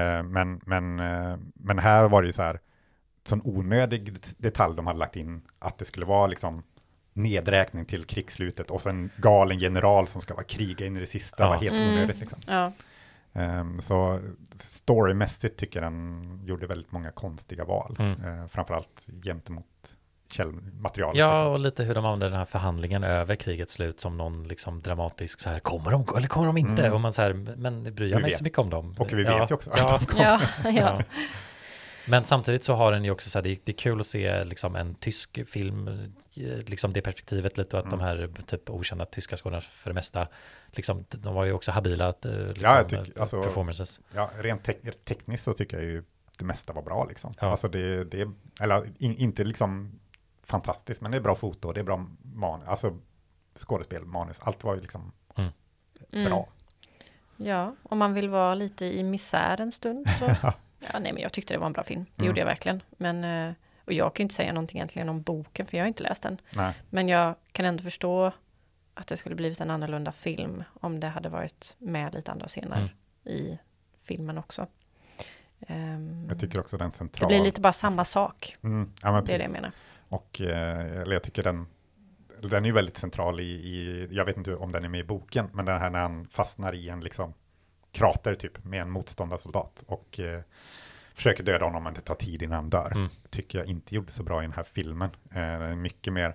Men här var det ju så här, sån onödig detalj de hade lagt in, att det skulle vara liksom nedräkning till krigsslutet och så en galen general som ska vara kriga in i det sista, var helt onödigt liksom. Ja. Så storymässigt tycker jag den gjorde väldigt många konstiga val. Framförallt gentemot källmaterialet. Ja, liksom. och lite hur de använder den här förhandlingen över krigets slut som någon liksom dramatisk så här, kommer de eller kommer de inte? Och man så här, men bryr jag mig så mycket om dem. Och vi vet ju också att de kommer. Ja. Men samtidigt så har den ju också så här, det är kul att se liksom en tysk film, liksom det perspektivet lite, och att de här typ okända tyska skådespelarna för det mesta, liksom, de var ju också habila liksom, performances. Ja, rent tekniskt så tycker jag ju det mesta var bra liksom. Ja. Alltså inte liksom fantastiskt, men det är bra foto, det är bra skådespel, manus, allt var ju liksom bra. Ja, om man vill vara lite i misär en stund så... nej, men jag tyckte det var en bra film. Det gjorde jag verkligen. Men, och jag kan ju inte säga någonting egentligen om boken, för jag har inte läst den. Nej. Men jag kan ändå förstå att det skulle blivit en annorlunda film om det hade varit med lite andra scener i filmen också. Jag tycker också den centrala... Det blir lite bara samma sak. Ja, men det är precis. det jag menar. Och jag tycker den är ju väldigt central i, jag vet inte om den är med i boken, men den här när han fastnar i en liksom krater typ med en motståndarsoldat och försöker döda honom, men det tar tid innan han dör. Tycker jag inte gjorde så bra i den här filmen. Den är mycket mer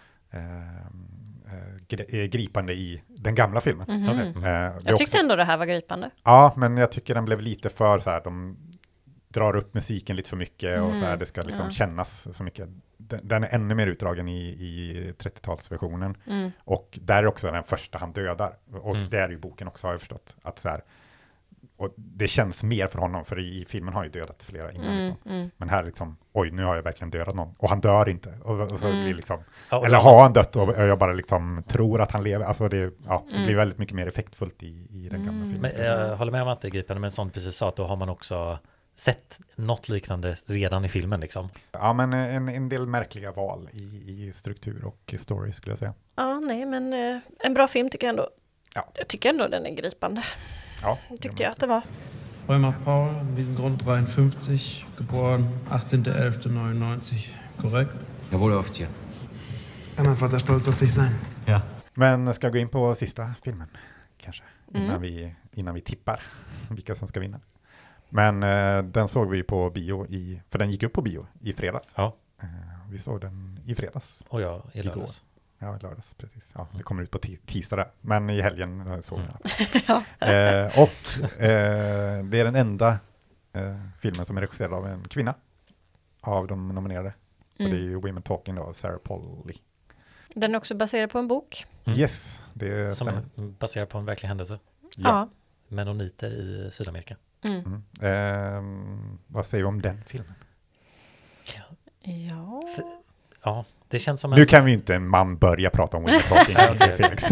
gripande i den gamla filmen. Jag tyckte ändå det här var gripande. Ja, men jag tycker den blev lite för så här, de drar upp musiken lite för mycket och så här, det ska liksom kännas så mycket. Den är ännu mer utdragen i 30-talsversionen. Och där är också den första han dödar. Och det är ju boken också, har jag förstått. Att så här, och det känns mer för honom, för i filmen har ju dödat flera innan. Liksom. Men här liksom, oj, nu har jag verkligen dödat någon. Och han dör inte. Och så blir liksom, eller har han dött och jag bara liksom tror att han lever. Alltså det blir väldigt mycket mer effektfullt i den gamla filmen. Men jag håller med om att det är gripande, men som precis sa, att då har man också sett något liknande redan i filmen liksom. Ja, men en del märkliga val i struktur och story skulle jag säga. Ja, nej, men en bra film tycker jag ändå. Ja. Jag tycker ändå den är gripande. Ja, det tyckte jag att det var. Römer Paul, Wiesengrund 53, geboren 18.11.99, korrekt? Jag wurde offizier. Kann mein Vater stolz auf dich sein? Ja. Men ska jag gå in på sista filmen kanske, innan vi tippar vilka som ska vinna. Men den såg vi på bio för den gick upp på bio i fredags. Ja. Vi såg den i fredags. Och ja, i lördags. Ja, i lördags, precis. Ja, det kommer ut på tisdag där. Men i helgen såg jag det är den enda filmen som är regisserad av en kvinna av de nominerade. Och det är ju Women Talking då, Sarah Polley. Den är också baserad på en bok. Yes, det som stämmer. är baserad på en verklig händelse. Ja. Mennoniter i Sydamerika. Vad säger vi om den filmen? Ja. Det känns som nu kan vi inte en man börja prata om Women Talking. Felix.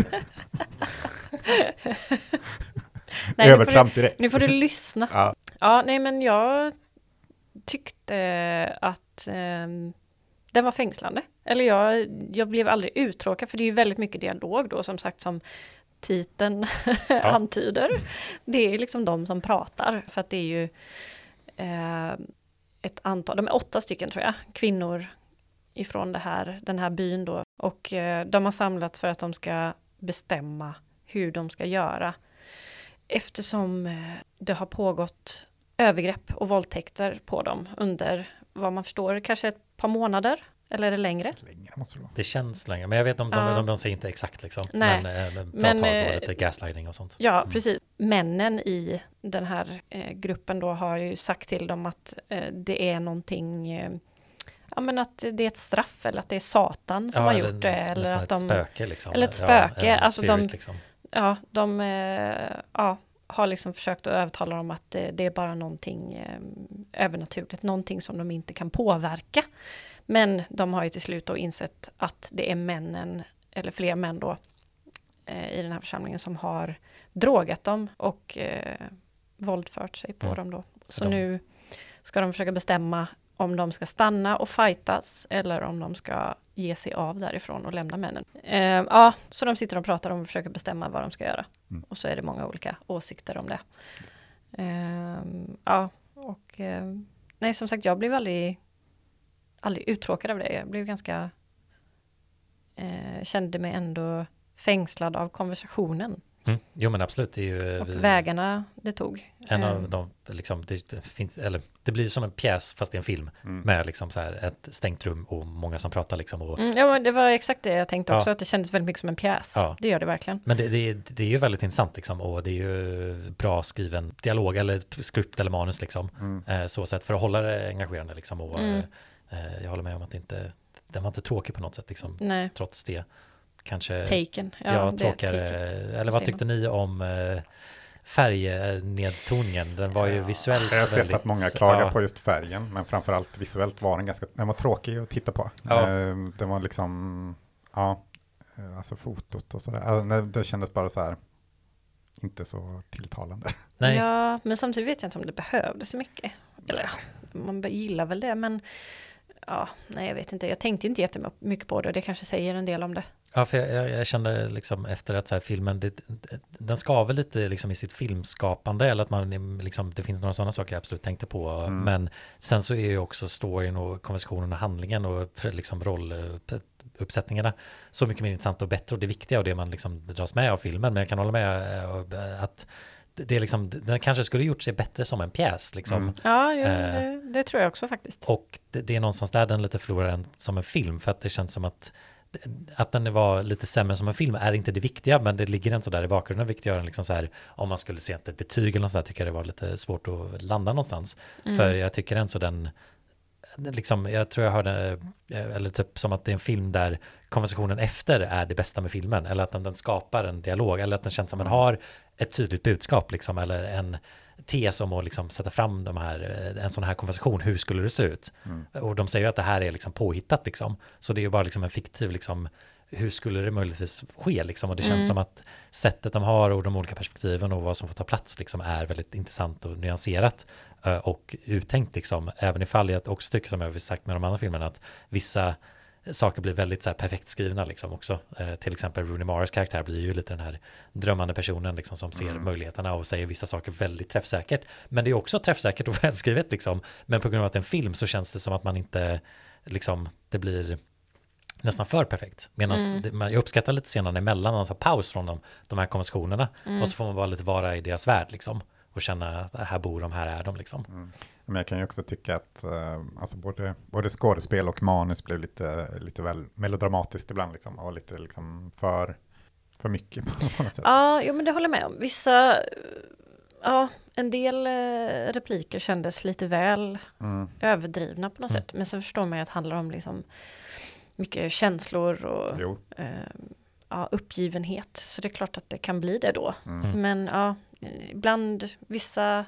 Nej, Övertramp direkt. Nu får du lyssna. Ja, nej, men jag tyckte att den var fängslande. Eller jag blev aldrig uttråkad, för det är ju väldigt mycket dialog då, som sagt, som titeln antyder. Det är liksom de som pratar, för att det är ju ett antal, de är 8 stycken tror jag, kvinnor ifrån den här byn då. Och de har samlats för att de ska bestämma hur de ska göra. Eftersom det har pågått övergrepp och våldtäkter på dem under, vad man förstår, kanske ett par månader. Eller är det längre? Längre måste det vara. Det känns längre, men jag vet om de säger inte exakt liksom. Nej. Men lite gaslighting och sånt. Ja, precis. Männen i den här gruppen då har ju sagt till dem att det är någonting, men att det är ett straff, eller att det är Satan som har gjort det, eller att ett spöke liksom. Eller ett spöke, alltså spirit, liksom. De har liksom försökt att övertala dem att det är bara någonting övernaturligt, någonting som de inte kan påverka. Men de har ju till slut då insett att det är männen, eller fler män då, i den här församlingen som har drogat dem och våldfört sig på dem då. Så nu ska de försöka bestämma om de ska stanna och fightas, eller om de ska ge sig av därifrån och lämna männen. Så de sitter och pratar om och försöker bestämma vad de ska göra. Och så är det många olika åsikter om det. Nej, som sagt, jag blev aldrig uttråkad av det. Jag blev ganska kände mig ändå fängslad av konversationen. Jo, men absolut, det är ju och vägarna det tog. En av de liksom, det blir som en pjäs fast det är en film med liksom så här ett stängt rum och många som pratar liksom och men det var exakt det jag tänkte också, att det kändes väldigt mycket som en pjäs. Det gör det verkligen. Men det är ju väldigt intressant liksom, och det är ju bra skriven dialog eller skript eller manus liksom. Så sätt för att hålla det engagerande liksom, och jag håller med om att den var inte tråkig på något sätt liksom. Nej. Trots det. Kanske Taken. tråkigare. Eller vad tyckte ni om färgnedtoningen? Den var ju visuellt jag har sett att många klagar på just färgen, men framförallt visuellt var den var tråkig att titta på. Den var liksom alltså fotot och sådär. Alltså, det kändes bara så här inte så tilltalande. Nej. Ja, men samtidigt vet jag inte om det behövdes så mycket. Eller ja, man gillar väl det, men ja, nej jag vet inte. Jag tänkte inte jättemycket på det och det kanske säger en del om det. Ja, för jag kände liksom efter att så här filmen, den skaver lite liksom i sitt filmskapande, eller att man liksom, det finns några sådana saker jag absolut tänkte på, men sen så är ju också storyn och konversationen och handlingen och liksom rolluppsättningarna så mycket mer intressant och bättre, och det viktiga och det man liksom dras med av filmen, men jag kan hålla med att det är liksom, den kanske skulle gjort sig bättre som en pjäs liksom. Ja, det tror jag också faktiskt. Och det är någonstans där den lite förlorar den som en film, för att det känns som att den var lite sämre som en film är inte det viktiga, men det ligger inte så där i bakgrunden, vilket gör den liksom så här, om man skulle se ett betyg eller något sådär, tycker jag det var lite svårt att landa någonstans. För jag tycker ändå så den liksom, jag tror jag hörde, eller typ som att det är en film där konversationen efter är det bästa med filmen, eller att den skapar en dialog, eller att den känns som den har ett tydligt budskap liksom, eller en tes om att liksom sätta fram en sån här konversation, hur skulle det se ut? Och de säger ju att det här är liksom påhittat liksom, så det är ju bara liksom en fiktiv liksom, hur skulle det möjligtvis ske liksom, och det känns som att sättet de har och de olika perspektiven och vad som får ta plats liksom är väldigt intressant och nyanserat och uttänkt liksom, även ifall jag också tycker, som jag har sagt med de andra filmerna, att vissa saker blir väldigt så här perfekt skrivna liksom också. Till exempel Rooney Maras karaktär blir ju lite den här drömmande personen liksom, som ser möjligheterna och säger vissa saker väldigt träffsäkert. Men det är också träffsäkert och välskrivet liksom. Men på grund av att det är en film så känns det som att man inte liksom, det blir nästan för perfekt. Medan jag uppskattar lite senare emellan att ta paus från de här konversationerna och så får man bara lite vara i deras värld liksom, och känna att här bor de, här är de liksom. Men jag kan ju också tycka att alltså både skådespel och manus blev lite väl melodramatiskt ibland liksom, och lite liksom för mycket på något sätt. Ja, jo, men det håller jag med om. Vissa, en del repliker kändes lite väl överdrivna på något sätt. Men så förstår man ju att det handlar om liksom mycket känslor och uppgivenhet. Så det är klart att det kan bli det då. Men ja, ibland vissa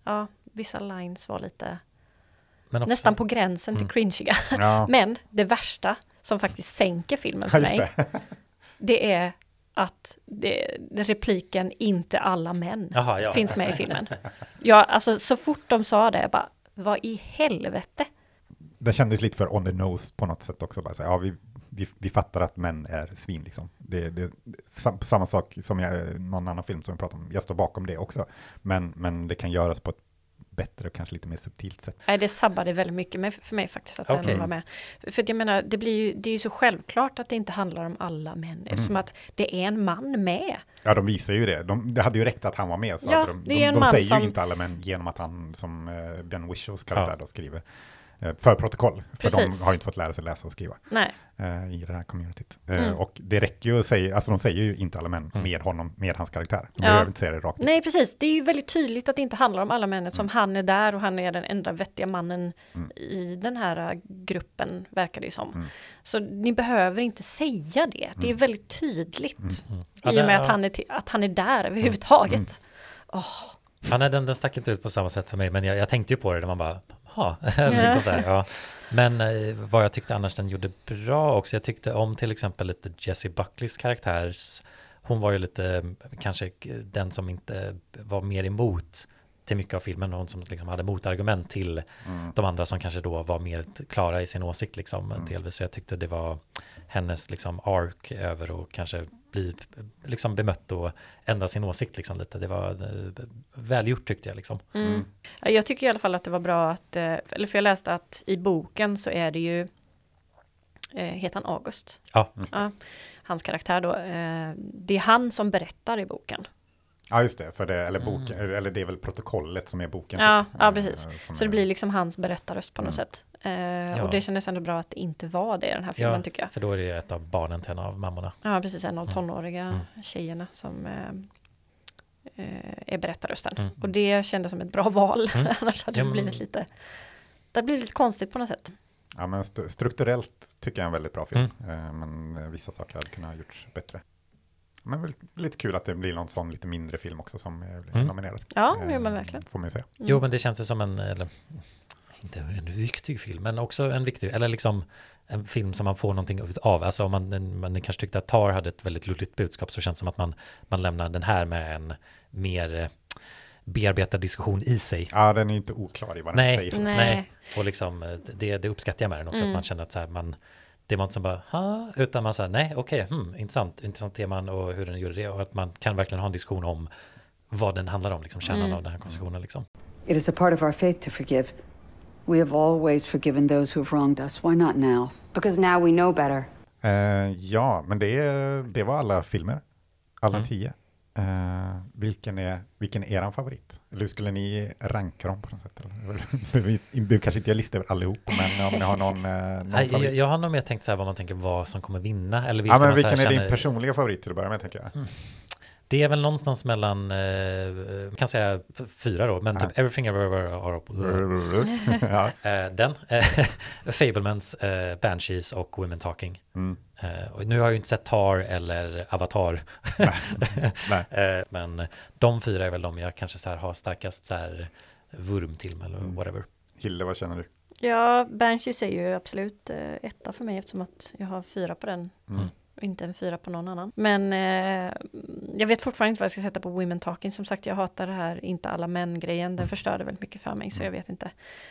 lines var lite nästan på gränsen till cringiga. Ja. Men det värsta som faktiskt sänker filmen för mig, det är att repliken inte alla män finns med i filmen. Ja, alltså så fort de sa det, bara, vad i helvete? Det kändes lite för on the nose på något sätt också. Bara så, ja, vi fattar att män är svin liksom. Det är samma sak som någon annan film som vi pratade om. Jag står bakom det också. Men det kan göras på ett bättre och kanske lite mer subtilt sätt. Nej, det sabbade väldigt mycket för mig faktiskt att den var med. För att jag menar, det är ju så självklart att det inte handlar om alla män, eftersom att det är en man med. Ja, de visar ju det. Det hade ju räckt att han var med. Så ja, de säger ju inte alla män genom att han, som Ben Whishaws karaktär då skriver, för protokoll. För de har ju inte fått lära sig läsa och skriva. Nej. I det här communityt. Och det räcker ju att säga, alltså de säger ju inte alla män med honom, med hans karaktär. De behöver inte säga det rakt ut. Nej, precis. Det är ju väldigt tydligt att det inte handlar om alla män, som han är där och han är den enda vettiga mannen i den här gruppen, verkar det som. Så ni behöver inte säga det. Det är väldigt tydligt. I och med att han är där överhuvudtaget. Ja, nej, den stack inte ut på samma sätt för mig, men jag tänkte ju på det när man bara, liksom så här, ja. Men vad jag tyckte annars den gjorde bra också, jag tyckte om till exempel lite Jessie Buckleys karaktärs, hon var ju lite kanske den som inte var mer emot till mycket av filmen, hon som liksom hade motargument till de andra som kanske då var mer klara i sin åsikt liksom, delvis, så jag tyckte det var hennes liksom arc över och kanske bli liksom bemött och ändra sin åsikt liksom lite. Det var välgjort tyckte jag liksom. Jag tycker i alla fall att det var bra att, eller för jag läste att i boken så är det ju heter han August? Ja. Hans karaktär då. Det är han som berättar i boken. Ja, just det, för det, eller boken, eller det är väl protokollet som är boken. Ja, ja precis. Så det blir liksom hans berättarröst på något sätt. Och det kändes ändå bra att det inte var det i den här filmen, tycker jag. För då är det ett av barnen till en av mammorna. Ja, precis, en av tonåriga tjejerna som är berättarrösten. Och det kändes som ett bra val. Annars hade det blivit lite konstigt på något sätt. Ja, men strukturellt tycker jag är en väldigt bra film. Men vissa saker hade kunnat ha gjorts bättre. Men lite kul att det blir någon sån lite mindre film också som är nominerad. Ja, men verkligen. Får man ju säga. Jo, men det känns ju som inte en viktig film, men också en viktig, eller liksom en film som man får någonting av. Alltså om man kanske tyckte att Tar hade ett väldigt luddigt budskap, så känns det som att man lämnar den här med en mer bearbetad diskussion i sig. Ja, den är inte oklar i vad den säger. Nej. Och liksom, det uppskattar jag med den också, att man känner att så här, det var inte som bara, utan man säger nej, okej, intressant teman och hur den gjorde det, och att man kan verkligen ha en diskussion om vad den handlar om, liksom kärnan av den här konversationen liksom. It is a part of our faith to forgive. We have always forgiven those who have wronged us. Why not now? Because now we know better. Ja, men det var alla filmer. Alla 10. Vilken är er favorit? Eller hur skulle ni ranka dem på något sätt? Vi kanske inte gör listor över allihop, men om ni har någon favorit. Jag har nog mer tänkt så här vad man tänker vad som kommer vinna. Eller men vilken är din personliga favorit till att börja med, tänker jag? Det är väl någonstans mellan, kan säga 4 då, men typ Everything Everywhere den, Fablemans, Banshees och Women Talking. Och nu har jag ju inte sett Tar eller Avatar. Nej. Men de 4 är väl de jag kanske så här har starkast så här vurm till eller whatever. Hilde, vad känner du? Ja, Banshees är ju absolut etta för mig, eftersom att jag har 4 på den. Inte en 4 på någon annan. Men jag vet fortfarande inte vad jag ska sätta på Women Talking. Som sagt, jag hatar det här inte alla män-grejen. Den förstörde väldigt mycket för mig, så jag vet inte.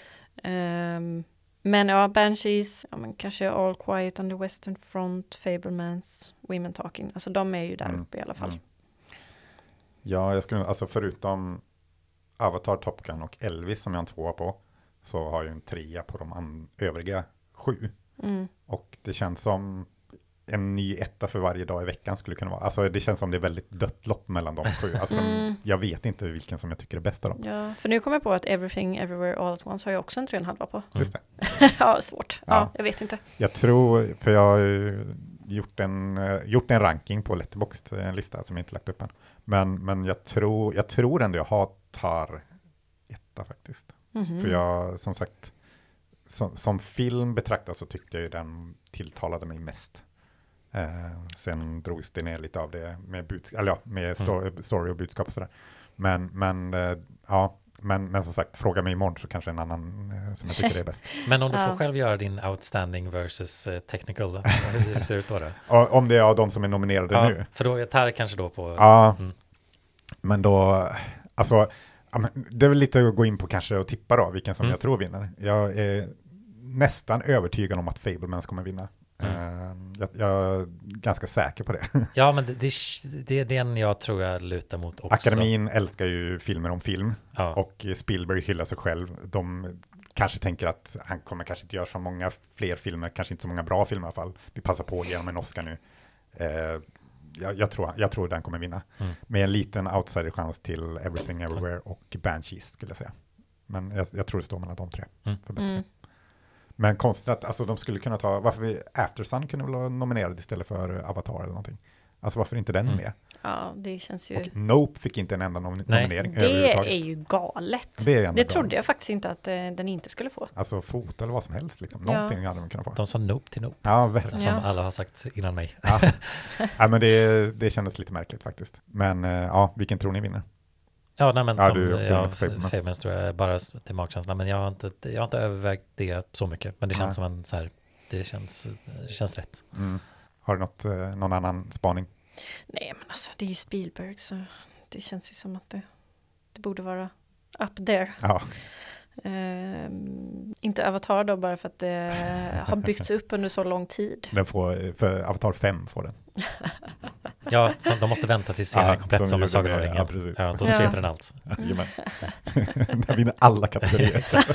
Men ja, Banshees, men kanske All Quiet on the Western Front, Fablemans, Women Talking. Alltså de är ju där uppe i alla fall. Ja, jag skulle, alltså förutom Avatar, Top Gun och Elvis som jag har en 2 på, så har jag en 3 på de övriga 7. Och det känns som en ny etta för varje dag i veckan skulle kunna vara. Alltså det känns som det är väldigt dött lopp mellan de 7. Alltså jag vet inte vilken som jag tycker är bäst av dem. Ja, för nu kommer jag på att Everything Everywhere All at Once har jag också en 3,5 på. Just det. Ja, svårt. Ja, jag vet inte. Jag tror, för jag har gjort en ranking på Letterboxd, en lista som jag inte lagt upp än. Men jag tror ändå jag hatar etta faktiskt. För jag, som sagt, som film betraktas så tyckte jag ju den tilltalade mig mest. Sen drogs det ner lite av det med story och budskap och sådär. Men som sagt, fråga mig imorgon så kanske en annan som jag tycker är bäst. Men om du får själv göra din outstanding versus technical, hur ser det ut då? Om det är de som är nominerade nu. För då tar det kanske då på... Ja, men då, alltså, det är väl lite att gå in på kanske och tippa då, vilken som jag tror vinner. Jag är nästan övertygad om att Fablemans kommer vinna. Jag är ganska säker på det. Ja, men det är den jag tror jag lutar mot också. Akademin älskar ju filmer om film. Och Spielberg hyllar sig själv. De kanske tänker att han kommer kanske inte göra så många fler filmer, kanske inte så många bra filmer i alla fall. Vi passar på genom en Oscar nu. Jag tror den kommer vinna. Med en liten outsider-chans till Everything Everywhere och Banshees skulle jag säga. Men jag tror det står mellan de 3 för bästa. Men konstigt att alltså, de skulle kunna ta, varför vi Aftersun kunde väl vara nominerad istället för Avatar eller någonting. Alltså varför inte den med? Ja, det känns ju... Och Nope fick inte en enda nominering överhuvudtaget. Det är ju galet. Det trodde jag faktiskt inte att den inte skulle få. Alltså fota eller vad som helst liksom. Någonting hade de kunnat få. De sa Nope till Nope. Ja, verkligen. Som alla har sagt innan mig. Ja, men det kändes lite märkligt faktiskt. Men vilken tror ni vinner? Ja, nej, men Fablemans tror jag bara till magkänslan, men jag har inte övervägt det så mycket, men det känns som en så här, det känns rätt. Har du någon annan spaning? Nej, men alltså det är ju Spielberg, så det känns ju som att det borde vara up there. Ja. Inte Avatar då, bara för att det har byggts upp under så lång tid. Den får, för Avatar 5 får den. Ja, så de måste vänta till serien komplett som en Sagan om ringen. Ja, precis. Ja, då sveper den allt. Den vinner alla kategorier. Exakt.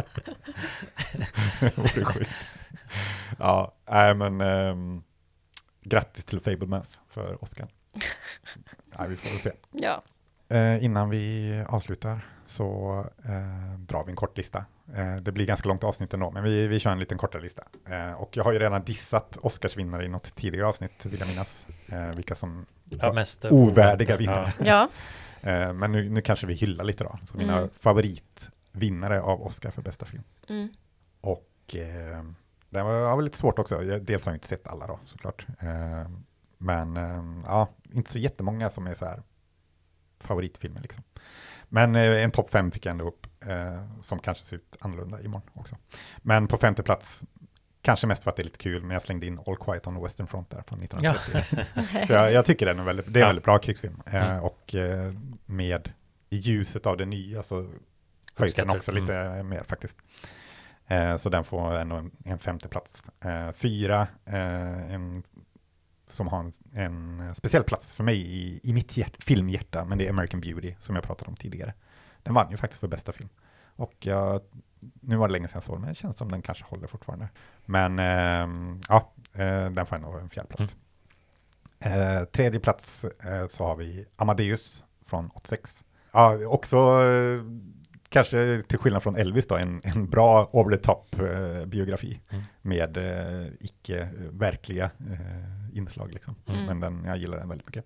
Det vore sjukt. Ja, men grattis till Fablemans för Oscar. Ja, vi får väl se. Ja. Innan vi avslutar så drar vi en kort lista. Det blir ganska långt avsnitt ändå, men vi kör en liten kortare lista. Och jag har ju redan dissat Oscarsvinnare i något tidigare avsnitt, vill jag minnas. Vilka som mest ovärdiga vinnare. Ja. Men nu kanske vi hyllar lite då. Så mina favoritvinnare av Oscar för bästa film. Och det var väl lite svårt också. Dels har jag inte sett alla då, såklart. Men inte så jättemånga som är så här favoritfilmer liksom. Men en topp 5 fick jag ändå upp. som kanske ser ut annorlunda imorgon också. Men på 5:e plats, kanske mest för att det är lite kul, men jag slängde in All Quiet on the Western Front där från 1930. Ja. jag tycker det är en väldigt bra krigsfilm. Och med i ljuset av det nya så höjs den också lite mer faktiskt. Så den får ändå en 5:e plats. 4, som har en speciell plats för mig i mitt filmhjärta, men det är American Beauty som jag pratade om tidigare. Den vann ju faktiskt för bästa film. Och nu var det länge sedan jag såg den, men det känns som den kanske håller fortfarande. Men den får ändå en 4:e plats. 3:e plats så har vi Amadeus från 86. Ja, också kanske till skillnad från Elvis då, en bra over-the-top biografi med icke-verkliga inslag liksom. Men jag gillar den väldigt mycket.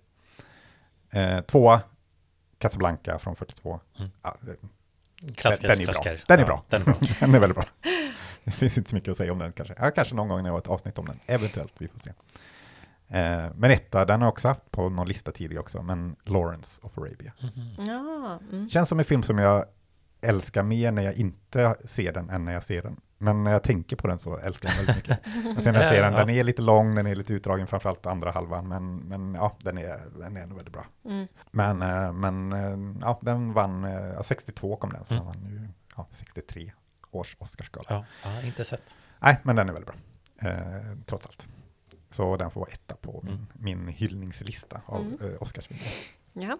2, Casablanca från 42. Ja, klassiker. Den är bra. Den är väldigt bra. Det finns inte så mycket att säga om den kanske. Ja, kanske någon gång när jag har ett avsnitt om den. Eventuellt, vi får se. Men etta, den har jag också haft på någon lista tidigare också, men Lawrence of Arabia. Känns som en film som jag älskar mer när jag inte ser den än när jag ser den. Men när jag tänker på den så älskar jag den väldigt mycket. Och sen när jag ser den är lite lång, den är lite utdragen, framförallt andra halvan, men ja, den är ändå väldigt bra. Men den vann, 62 kom den, så den vann nu 63 års Oscarsgala. Ja, inte sett. Nej, men den är väldigt bra, trots allt. Så den får vara etta på min hyllningslista av Oscarsvinnare. Ja.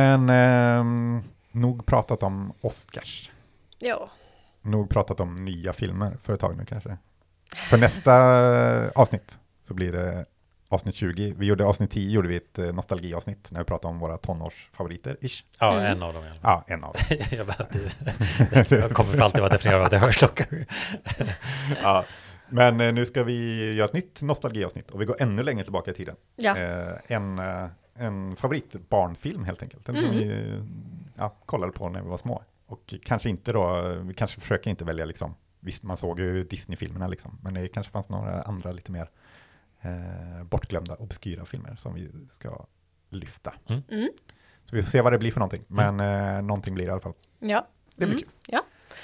Men nog pratat om Oscars. Ja. Nog pratat om nya filmer för ett tag nu kanske. För nästa avsnitt så blir det avsnitt 20. Vi gjorde avsnitt 10, gjorde vi ett nostalgiavsnitt när vi pratade om våra tonårsfavoriter. Ish. Ja, en av dem. Ja, en av dem. Jag kommer för alltid vara definierad av det hörstockar. Ja. Men nu ska vi göra ett nytt nostalgiavsnitt och vi går ännu längre tillbaka i tiden. Ja. En favoritbarnfilm helt enkelt. Den som vi kollade på när vi var små. Och kanske inte då, vi kanske försöker inte välja liksom, visst man såg ju Disney-filmerna liksom, men det kanske fanns några andra lite mer bortglömda, obskyra filmer som vi ska lyfta. Så vi får se vad det blir för någonting, men någonting blir det i alla fall. Ja. Det blir kul. Ja.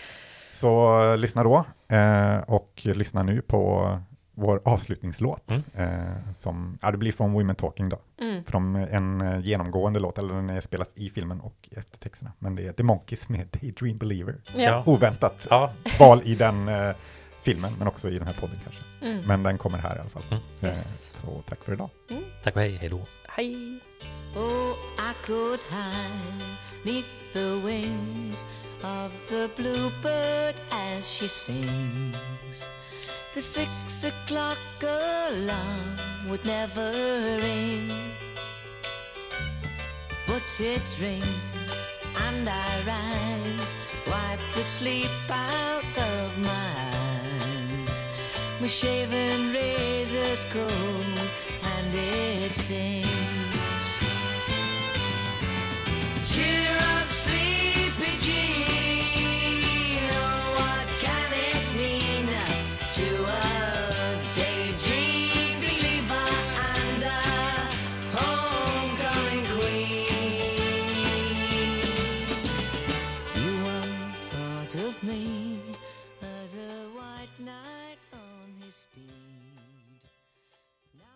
Så lyssna då och lyssna nu på vår avslutningslåt som det blir från Women Talking då. Från en genomgående låt, eller den spelas i filmen och efter texterna. Men det är The Monkees med Daydream Believer. Ja. Oväntat val i den filmen, men också i den här podden kanske. Men den kommer här i alla fall. Så tack för idag. Tack och hej då. Hej. Oh, I could hide 'neath the wings of the bluebird as she sings. The 6 o'clock alarm would never ring, but it rings and I rise, wipe the sleep out of my eyes. My shaven razor's cold and it stings.